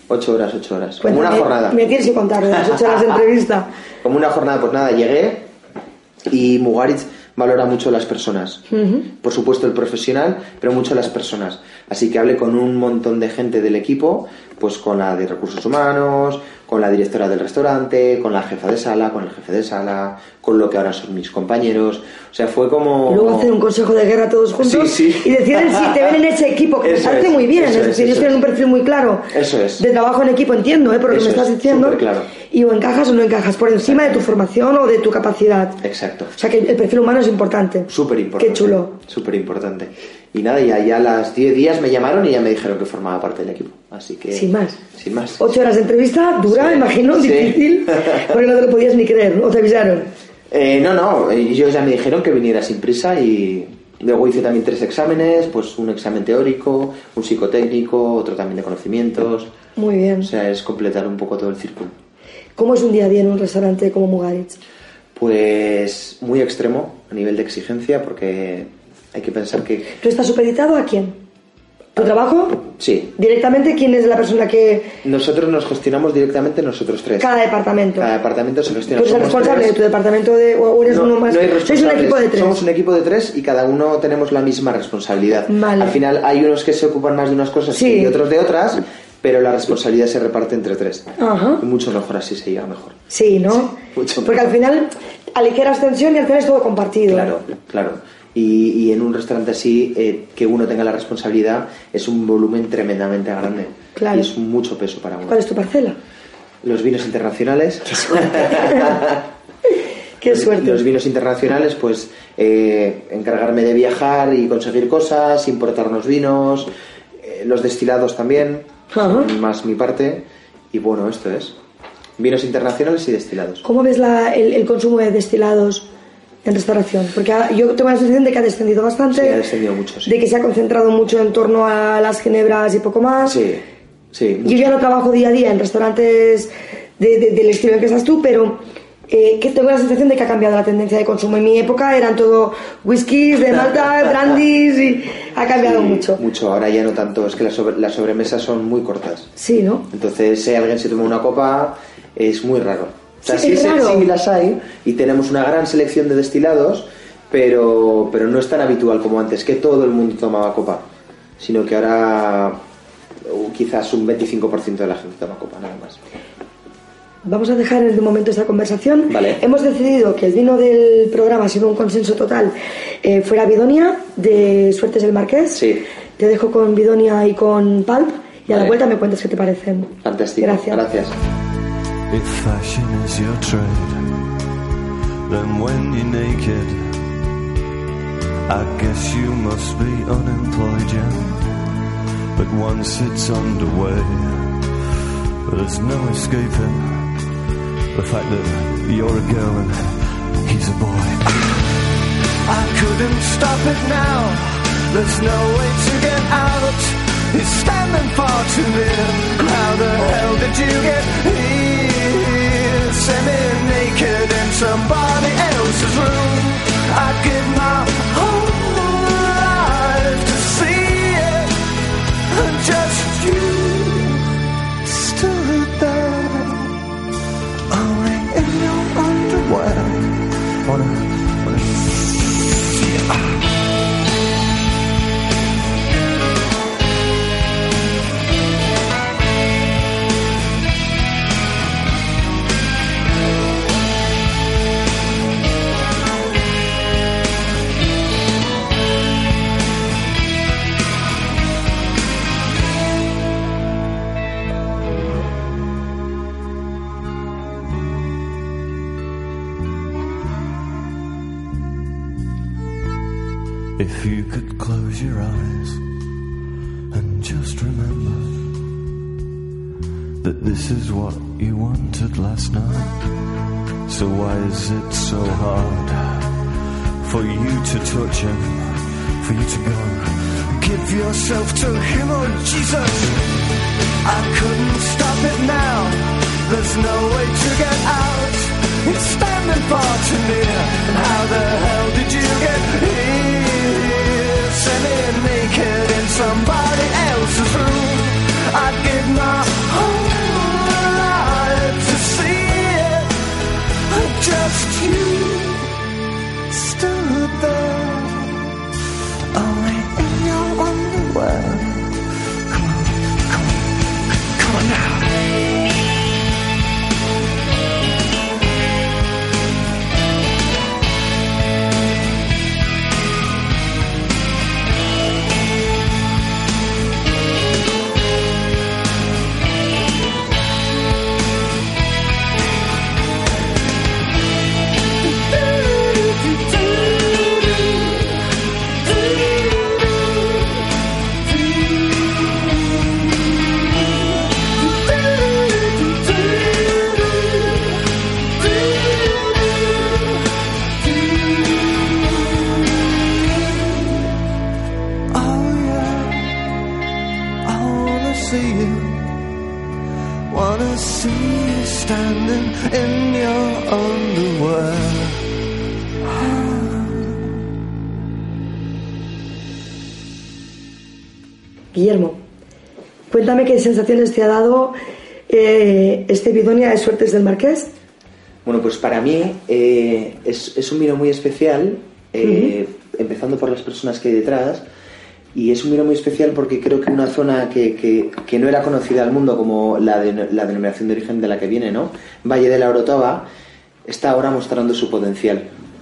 8 horas. Como
Cuéntame,
una jornada.
Me tienes que contar de las 8 horas de entrevista.
Como una jornada, pues nada, llegué y Mugaritz valora mucho las personas. Por supuesto el profesional, pero mucho las personas. Así que hablé con un montón de gente del equipo, pues con la de recursos humanos, con la directora del restaurante, con la jefa de sala, con el jefe de sala, con lo que ahora son mis compañeros. O sea, fue como...
Y luego hacer un consejo de guerra todos juntos
Sí.
y deciden si te ven en ese equipo, que me
Eso
parece
es,
muy bien.
eso
Es decir,
es,
ellos tienen un perfil muy claro
Eso es.
de trabajo en equipo, entiendo, por lo que
Eso
me estás
es,
diciendo.
superclaro.
Y o encajas o no encajas, por encima de tu formación o de tu capacidad.
Exacto.
O sea que el perfil humano es importante.
Súper importante.
Qué chulo.
Súper importante. Y nada, y allá a las 10 días me llamaron y ya me dijeron que formaba parte del equipo. Así que...
Sin más.
8
horas de entrevista, dura,
Sí.
imagino,
Sí.
difícil, porque no te lo podías ni creer, ¿no? ¿O te avisaron?
No, ellos ya me dijeron que viniera sin prisa y luego hice también 3 exámenes, pues un examen teórico, un psicotécnico, otro también de conocimientos.
Muy bien.
O sea, es completar un poco todo el círculo.
¿Cómo es un día a día en un restaurante como Mugaritz?
Pues muy extremo a nivel de exigencia porque hay que pensar que...
¿Tú estás supeditado a quién? ¿Tu trabajo?
Sí,
Directamente, ¿quién es la persona que...?
nosotros nos gestionamos directamente nosotros 3.
Cada departamento.
Cada departamento se gestiona.
¿Tú eres el
Somos
responsable
3.
de tu departamento o eres uno más?
No hay
Sois un
responsables.
equipo de 3.
Somos un equipo de 3 y cada uno tenemos la misma responsabilidad.
Vale.
Al final hay unos que se ocupan más de unas cosas
Sí.
y otros de otras, pero la responsabilidad se reparte entre 3.
Ajá.
Y mucho mejor así se lleva mejor.
Sí, ¿no?
Sí, mucho
Porque al final aligeras tensión y al final es todo compartido.
Claro. Y en un restaurante así, que uno tenga la responsabilidad es un volumen tremendamente grande.
Claro.
Y es mucho peso para uno.
¿Cuál es tu parcela?
Los vinos internacionales.
Qué suerte.
Los vinos internacionales, pues encargarme de viajar y conseguir cosas, importarnos vinos, los destilados también,
Ajá.
más mi parte. Y bueno, esto es. Vinos internacionales y destilados.
¿Cómo ves el consumo de destilados en restauración? Porque yo tengo la sensación de que ha descendido bastante.
Sí, ha descendido mucho, sí.
De que se ha concentrado mucho en torno a las ginebras y poco más.
Sí.
Yo ya no trabajo día a día en restaurantes del estilo en que estás tú, pero que tengo la sensación de que ha cambiado la tendencia de consumo. En mi época eran todo whiskies de Malta, brandies, y ha cambiado mucho.
Mucho, ahora ya no tanto. Es que las sobremesas son muy cortas.
Sí, ¿no?
Entonces, si alguien se toma una copa, es muy raro. O sea,
Sí, es raro.
sí las hay y tenemos una gran selección de destilados, pero no es tan habitual como antes, que todo el mundo tomaba copa, sino que ahora quizás un 25% de la gente toma copa, nada más.
Vamos a dejar en el momento esta conversación.
Vale.
Hemos decidido que el vino del programa, siendo un consenso total, fuera Bidonia, de Suertes del Marqués.
Sí.
Te dejo con Bidonia y con Pulp, y a la
Vale.
vuelta me cuentas qué te parecen.
Fantástico.
Gracias.
If fashion is your trade, then when you're naked, I guess you must be unemployed, yeah. But once it's underway, there's no escaping the fact that you're a girl and he's a boy. I couldn't stop it now, there's no way to get out. He's standing far too near. How the hell did you get here? Semi-naked in somebody else's room. I'd give my whole life to see it. And just you stood there, only in your underwear. Wanna see it. If you could close your eyes and just remember that this is what you wanted last night. So why is it so hard for you to touch him, for you to go? Give yourself to him, oh Jesus. I couldn't stop it now, there's no way to get out. He's standing far too near, and how the hell did you get here? Semi-naked in somebody else's room. I'd give my whole just you stood there, only in your underwear. Come on, come on, come on now. Wanna see you standing in your underwear.
Guillermo, cuéntame qué sensaciones te ha dado este Bidonia de Suertes del Marqués.
Bueno, pues para mí es un vino muy especial, empezando por las personas que hay detrás. Y es un vino muy especial porque creo que una zona que no era conocida al mundo como la denominación de origen de la que viene, ¿no? Valle de la Orotava, está ahora mostrando su potencial.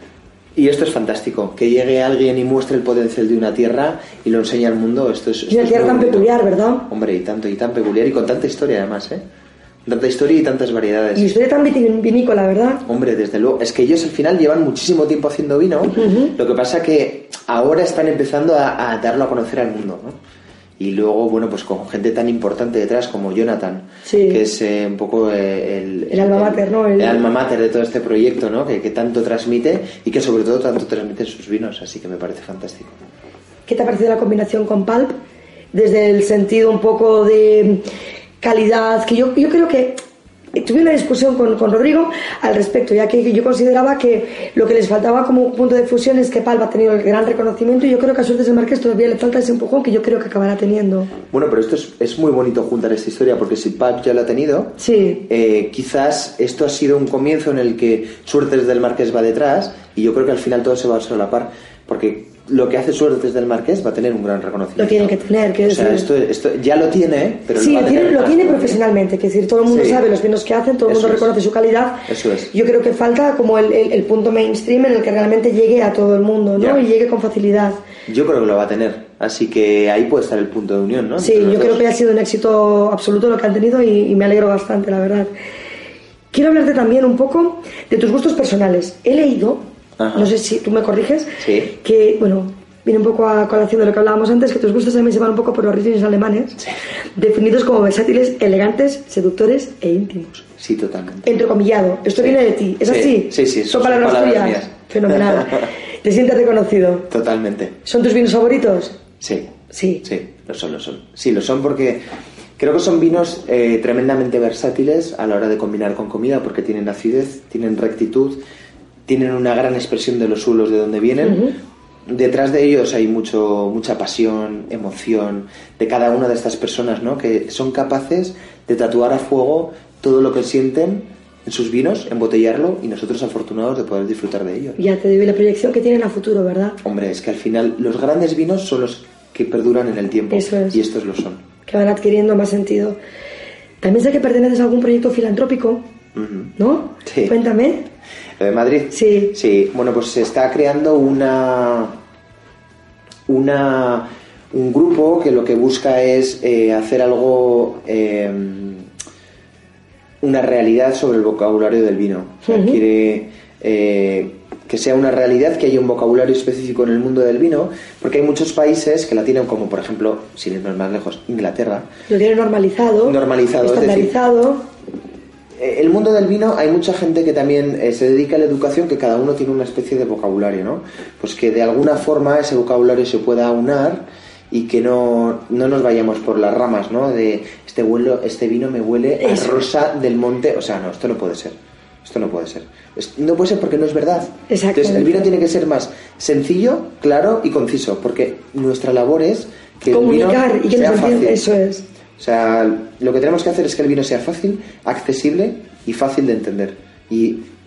Y esto es fantástico, que llegue alguien y muestre el potencial de una tierra y lo enseñe al mundo. Esto
y una tierra tan peculiar, ¿verdad?
Hombre, y tan peculiar y con tanta historia además, ¿eh? Tanta historia y tantas variedades.
Y historia tan vinícola, ¿verdad?
Hombre, desde luego. Es que ellos al final llevan muchísimo tiempo haciendo vino. Lo que pasa que ahora están empezando a darlo a conocer al mundo, ¿no? Y luego, bueno, pues con gente tan importante detrás como Jonathan, que es un poco el
alma mater, ¿no?
El alma mater de todo este proyecto, ¿no? Que tanto transmite y que sobre todo tanto transmite en sus vinos. Así que me parece fantástico.
¿Qué te ha parecido la combinación con Pulp? Desde el sentido un poco de calidad, que yo creo que tuve una discusión con Rodrigo al respecto, ya que yo consideraba que lo que les faltaba como punto de fusión es que Pulp ha tenido el gran reconocimiento y yo creo que a Suertes del Marqués todavía le falta ese empujón que yo creo que acabará teniendo.
Bueno, pero esto es muy bonito juntar esta historia porque si Pulp ya lo ha tenido, quizás esto ha sido un comienzo en el que Suertes del Marqués va detrás y yo creo que al final todo se va a solapar porque lo que hace Suertes del Marqués va a tener un gran reconocimiento.
Lo tiene que tener, que
esto ya lo tiene, pero
sí, lo tiene
porque
profesionalmente, que es decir, todo el mundo sabe los vinos que hacen, todo el mundo reconoce su calidad.
Eso es.
Yo creo que falta como el punto mainstream en el que realmente llegue a todo el mundo, ¿no? Y llegue con facilidad.
Yo creo que lo va a tener, así que ahí puede estar el punto de unión, ¿no?
Sí, yo creo que ha sido un éxito absoluto lo que han tenido y me alegro bastante, la verdad. Quiero hablarte también un poco de tus gustos personales. He leído, no sé si tú me corriges, que, bueno, viene un poco a colación de lo que hablábamos antes, que tus gustos también se van un poco por los ritmos alemanes, definidos como versátiles, elegantes, seductores e íntimos.
Sí, totalmente.
Entrecomillado. Esto viene de ti, ¿es así?
Sí.
Son palabras tuyas. Fenomenal. ¿Te sientes reconocido?
Totalmente.
¿Son tus vinos favoritos?
Sí, lo son. Sí, lo son porque creo que son vinos tremendamente versátiles a la hora de combinar con comida porque tienen acidez, tienen rectitud, tienen una gran expresión de los suelos de donde vienen. Detrás de ellos hay mucha pasión, emoción de cada una de estas personas, ¿no? Que son capaces de tatuar a fuego todo lo que sienten en sus vinos, embotellarlo y nosotros afortunados de poder disfrutar de ello.
Ya te doy la proyección que tienen a futuro, ¿verdad?
Hombre, es que al final los grandes vinos son los que perduran en el tiempo.
Eso es.
Y estos lo son.
Que van adquiriendo más sentido. También sé que perteneces a algún proyecto filantrópico, ¿no?
Sí.
Cuéntame.
¿Lo de Madrid?
Sí.
Sí, bueno, pues se está creando un grupo que lo que busca es hacer algo, una realidad sobre el vocabulario del vino. O sea, quiere que sea una realidad, que haya un vocabulario específico en el mundo del vino, porque hay muchos países que la tienen, como por ejemplo, sin irnos más lejos, Inglaterra.
Lo tienen normalizado, estandarizado.
Es decir, el mundo del vino, hay mucha gente que también se dedica a la educación, que cada uno tiene una especie de vocabulario, ¿no? Pues que de alguna forma ese vocabulario se pueda aunar y que no nos vayamos por las ramas, ¿no? De este vino me huele a rosa del monte. O sea, no, esto no puede ser. No puede ser porque no es verdad. Entonces el vino tiene que ser más sencillo, claro y conciso, porque nuestra labor es que
comunicar
el vino
y que
sea
nos
fácil.
Eso es.
O sea, lo que tenemos que hacer es que el vino sea fácil, accesible y fácil de entender. Y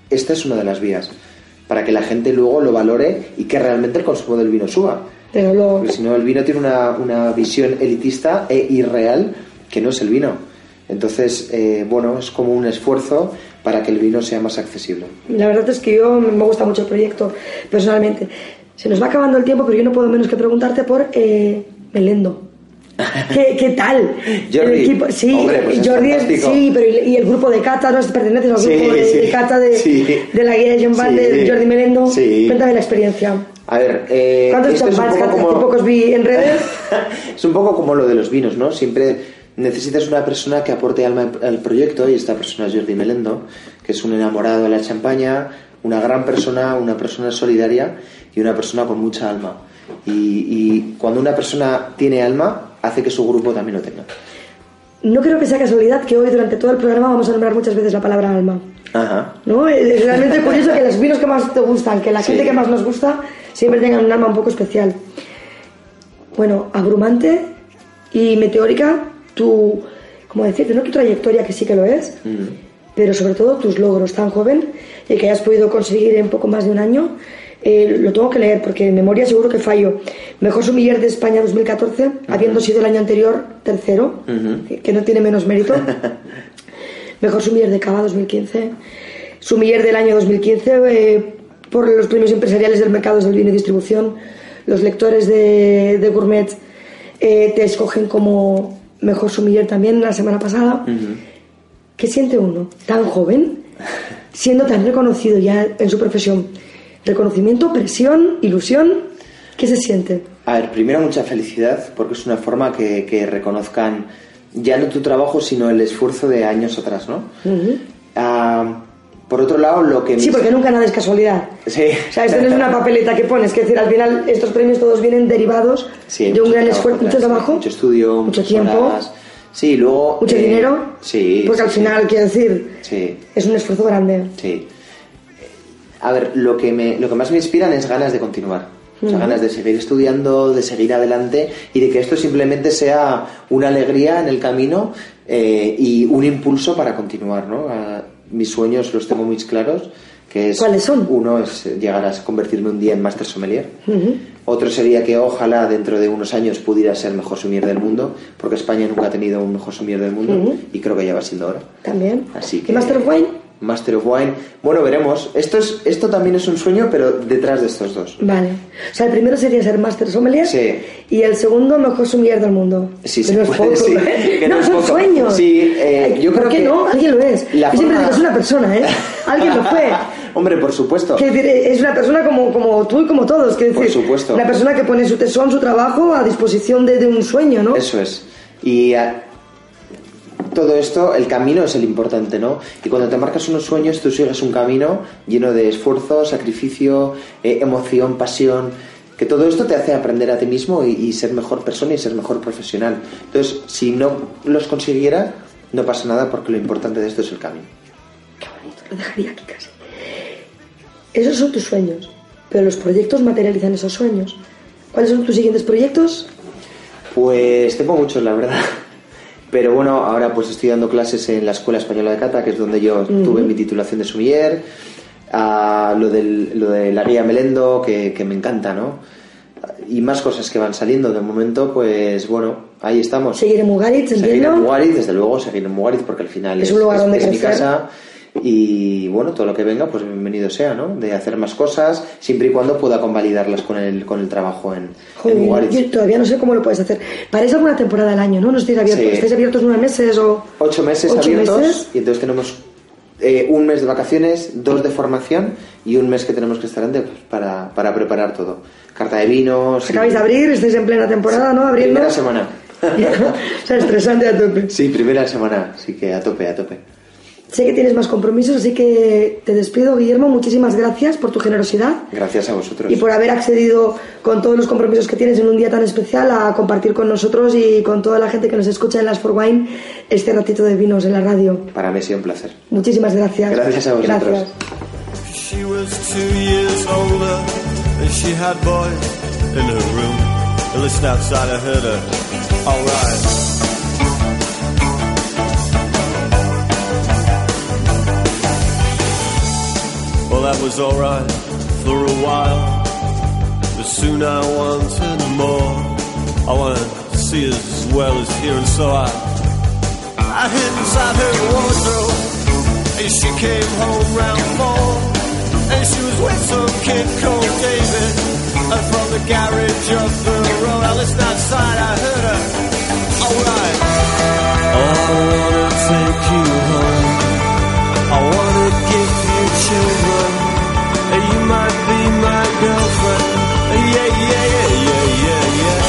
esta es una de las vías para que la gente luego lo valore y que realmente el consumo del vino suba.
Pero luego...
Porque si no, el vino tiene una visión elitista e irreal que no es el vino. Entonces, bueno, es como un esfuerzo para que el vino sea más accesible.
La verdad es que yo me gusta mucho el proyecto, personalmente. Se nos va acabando el tiempo, pero yo no puedo menos que preguntarte por Melendo. ¿Qué tal?
Jordi,
el equipo, sí,
hombre, pues
Jordi
es fantástico.
sí, pero y el grupo de cata, ¿no? Perteneces al grupo de cata de la guía de John Van de Jordi Melendo.
Sí.
Cuéntame la experiencia.
A ver,
¿cuántos
esto es un
champans
poco
que
como...
hace pocos vi en redes?
Es un poco como lo de los vinos, ¿no? Siempre necesitas una persona que aporte alma al proyecto, y esta persona es Jordi Melendo, que es un enamorado de la champaña, una gran persona, una persona solidaria y una persona con mucha alma. Y cuando una persona tiene alma, hace que su grupo también lo tenga.
No creo que sea casualidad que hoy durante todo el programa vamos a nombrar muchas veces la palabra alma.
Ajá.
¿No? Es realmente curioso que los vinos que más te gustan, que la gente que más nos gusta, siempre tengan un alma un poco especial. Bueno, abrumante y meteórica tu, ¿cómo decirte? No tu trayectoria, que sí que lo es, pero sobre todo tus logros tan joven y que hayas podido conseguir en poco más de un año. Lo tengo que leer porque en memoria seguro que fallo. Mejor sommelier de España 2014, habiendo sido el año anterior tercero, que no tiene menos mérito. Mejor sommelier de Cava 2015, sommelier del año 2015 por los premios empresariales del mercado del vino y distribución. Los lectores de Gourmet te escogen como mejor sommelier también la semana pasada. ¿Qué siente uno tan joven, siendo tan reconocido ya en su profesión? Reconocimiento, presión, ilusión, ¿qué se siente?
A ver, primero mucha felicidad, porque es una forma que reconozcan ya no tu trabajo, sino el esfuerzo de años atrás, ¿no? Por otro lado, lo que...
Sí, porque nunca nada es casualidad.
Sí.
O sea, esto no es una papeleta que pones, que decir, al final estos premios todos vienen derivados de un gran esfuerzo, mucho trabajo,
mucho estudio,
mucho
muchas
tiempo,
horas. Sí, luego...
mucho dinero.
Sí.
Porque al final, quiero decir,
sí,
es un esfuerzo grande.
Sí. A ver, lo que más me inspiran es ganas de continuar. O sea, ganas de seguir estudiando, de seguir adelante y de que esto simplemente sea una alegría en el camino y un impulso para continuar, ¿no? Mis sueños los tengo muy claros. Que es,
¿cuáles son?
Uno es llegar a convertirme un día en Master Sommelier. Otro sería que ojalá dentro de unos años pudiera ser mejor sommelier del mundo, porque España nunca ha tenido un mejor sommelier del mundo y creo que ya va siendo hora.
También.
Así que,
¿Y Master of Wine?
Master of Wine, bueno, veremos. Esto también es un sueño, pero detrás de estos dos.
Vale. O sea, el primero sería ser Master Sommelier.
Sí.
Y el segundo, mejor sommelier del mundo.
Sí,
que no es poco.
sí, que
no,
es
son
poco.
sueños.
Sí, yo
¿por
creo
qué
que
no? Alguien lo es. Yo siempre digo, es una persona, ¿eh? Alguien lo fue.
Hombre, por supuesto.
Es una persona como tú y como todos. Quiero decir,
por supuesto.
Una persona que pone su tesón, su trabajo a disposición de un sueño, ¿no?
Eso es. Y todo esto, el camino es el importante, ¿no? Y cuando te marcas unos sueños, tú sigues un camino lleno de esfuerzo, sacrificio, emoción, pasión, que todo esto te hace aprender a ti mismo y ser mejor persona y ser mejor profesional. Entonces, si no los consiguiera, no pasa nada, porque lo importante de esto es el camino.
Qué bonito, lo dejaría aquí casi. Esos son tus sueños, pero los proyectos materializan esos sueños. ¿Cuáles son tus siguientes proyectos?
Pues tengo muchos, la verdad. Pero bueno, ahora pues estoy dando clases en la Escuela Española de Cata, que es donde yo tuve mi titulación de sommelier. Lo de la guía Melendo, que me encanta, ¿no? Y más cosas que van saliendo. De momento, pues bueno, ahí estamos.
¿Seguir en Mugaritz, entiendo?
Seguir en Mugaritz, desde luego, seguir en Mugaritz, porque al final
es un lugar donde
es mi
crecer.
casa. Y bueno, todo lo que venga, pues bienvenido sea, ¿no? De hacer más cosas, siempre y cuando pueda convalidarlas con el trabajo en Mugaritz.
Yo todavía no sé cómo lo puedes hacer. Paréis alguna temporada del año, ¿no? No estáis abiertos.
Sí.
¿Estáis abiertos 9 meses o...?
8 meses
8
abiertos
meses.
y entonces tenemos un mes de vacaciones, 2 de formación y un mes que tenemos que estar antes para preparar todo. Carta de vinos...
Acabáis de abrir, estáis en plena temporada, ¿no? Abriendo.
Primera semana.
O sea, estresante a tope.
Sí, primera semana, así que a tope.
Sé que tienes más compromisos, así que te despido, Guillermo. Muchísimas gracias por tu generosidad
Gracias a vosotros.
y por haber accedido con todos los compromisos que tienes en un día tan especial a compartir con nosotros y con toda la gente que nos escucha en Las For Wine este ratito de vinos en la radio.
Para mí ha sido un placer.
Muchísimas gracias.
Gracias a vosotros.
Gracias.
She was 2 years older and she had boys in her room. And listen outside, I heard her. All right. that was alright for a while, but soon I wanted more. I wanted to see her as well as hear, and so I hid inside her wardrobe, and she came home round 4, and she was with some kid called David, and from the garage up the road. I listened outside, I heard her, alright. Oh, I wanna take you home, I wanna give you children, and you might be my girlfriend. Yeah, yeah, yeah, yeah, yeah, yeah.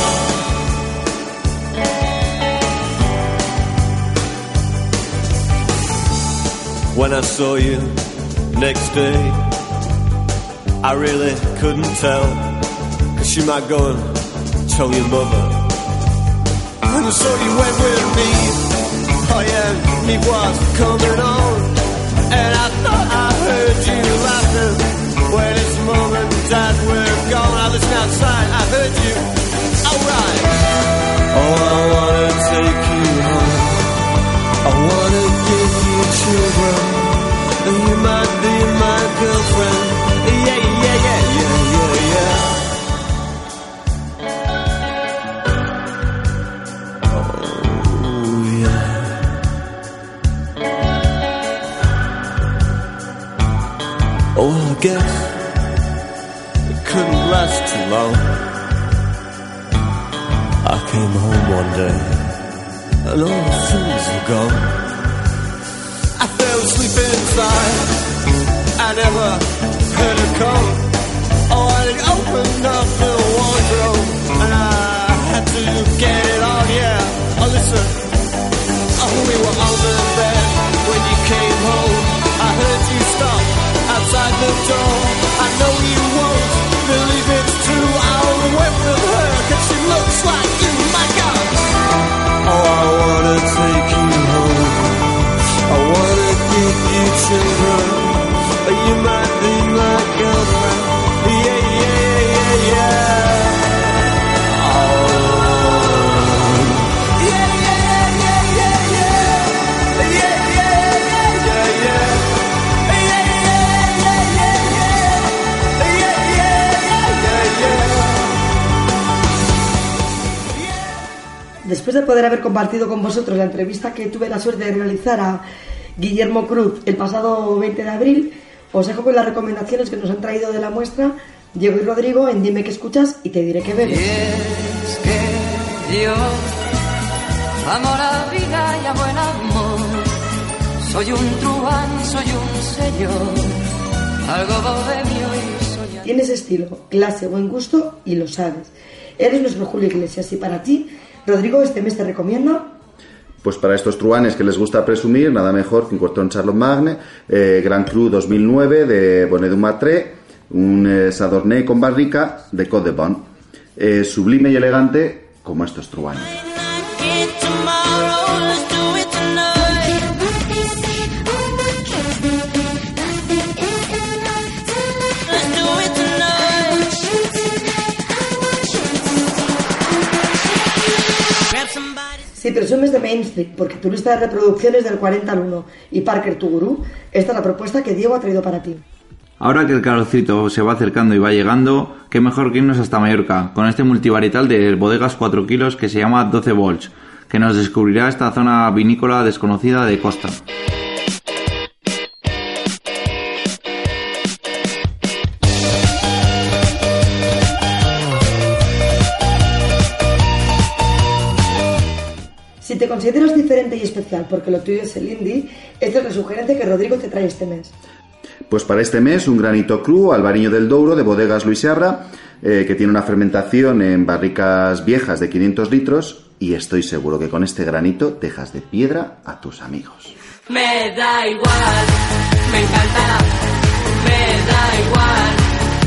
When I saw you next day, I really couldn't tell, 'cause she might go and tell your mother. And so you went with me, oh yeah, me was coming on, and I thought I heard you laughing when it's mom and dad were gone. I listened outside, I heard you, alright. Oh, I wanna take you home, I wanna give you children, and you might be my girlfriend. Yeah, yeah, yeah, yeah, yeah, yeah. Oh, yeah. Oh, I guess it couldn't last too long. I came home one day, and all the things were gone. I fell asleep inside, I never heard her come. Oh, I opened up the wardrobe, and I had to get it on, yeah. Oh, listen, oh, we were on the bed when you came home. I heard you stop outside the door. I know you won't believe it's true, I went with her, 'cause she looks like you, my God. Oh, I wanna take you home, I wanna give you children, you might be my girlfriend. Yeah, yeah, yeah, yeah. Oh. Yeah, yeah, yeah, yeah, yeah. Yeah, yeah, yeah, yeah, yeah. Yeah, yeah, yeah, yeah, yeah. Yeah, yeah, yeah, yeah, yeah.
Después de poder haber compartido con vosotros la entrevista que tuve la suerte de realizar a Guillermo Cruz el pasado 20 de abril, os dejo con las recomendaciones que nos han traído de la muestra Diego y Rodrigo en Dime qué escuchas y te diré qué bebes.
Y es que yo amo la vida y a buen amor. Soy un truán, soy un señor, algo bohemio y soy...
Tienes estilo, clase, buen gusto y lo sabes. Eres nuestro Julio Iglesias y para ti, Rodrigo, este mes te recomiendo...
Pues para estos truanes que les gusta presumir, nada mejor que un Courton Charlotte Magne, Grand Cru 2009 de Bonnet du Martret, un Chardonnay con barrica de Côte de Bon. Sublime y elegante como estos truanes.
Si presumes de Main Street porque tu lista de reproducciones del 40 al 1 y Parker tu gurú, esta es la propuesta que Diego ha traído para ti.
Ahora que el calorcito se va acercando y va llegando, qué mejor que irnos hasta Mallorca, con este multivarietal de bodegas 4 kilos que se llama 12 volts, que nos descubrirá esta zona vinícola desconocida de costa.
Si te consideras diferente y especial porque lo tuyo es el indie, esta es la sugerencia que Rodrigo te trae este mes.
Pues para este mes un granito cru Albariño del Douro de bodegas Luis Seabra, que tiene una fermentación en barricas viejas de 500 litros y estoy seguro que con este granito dejas de piedra a tus amigos.
Me da igual, me encanta, me da igual.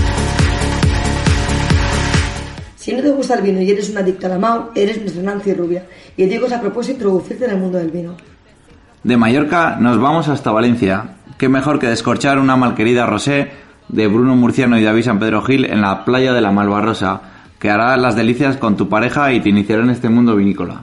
Si no te gusta el vino y eres una adicta a la MAU, eres nuestra Nancy Rubia y Diego se ha propuesto introducirte en el mundo del vino.
De Mallorca nos vamos hasta Valencia. Qué mejor que descorchar una malquerida rosé de Bruno Murciano y David San Pedro Gil en la playa de la Malvarrosa, que hará las delicias con tu pareja y te iniciará en este mundo vinícola.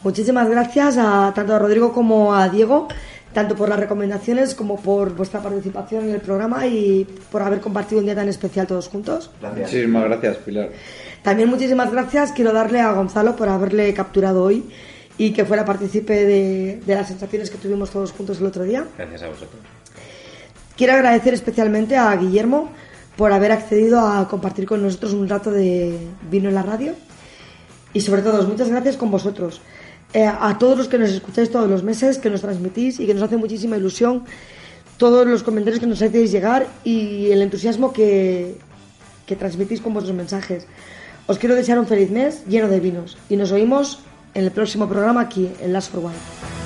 Muchísimas gracias tanto a Rodrigo como a Diego, tanto por las recomendaciones como por vuestra participación en el programa y por haber compartido un día tan especial todos juntos.
Gracias.
Muchísimas gracias, Pilar.
También muchísimas gracias quiero darle a Gonzalo por haberle capturado hoy y que fuera partícipe de las sensaciones que tuvimos todos juntos el otro día.
Gracias a vosotros.
Quiero agradecer especialmente a Guillermo por haber accedido a compartir con nosotros un rato de vino en la radio. Y sobre todo, muchas gracias con vosotros. A todos los que nos escucháis todos los meses, que nos transmitís y que nos hace muchísima ilusión todos los comentarios que nos hacéis llegar y el entusiasmo que transmitís con vuestros mensajes. Os quiero desear un feliz mes lleno de vinos y nos oímos en el próximo programa aquí en Last for Wine.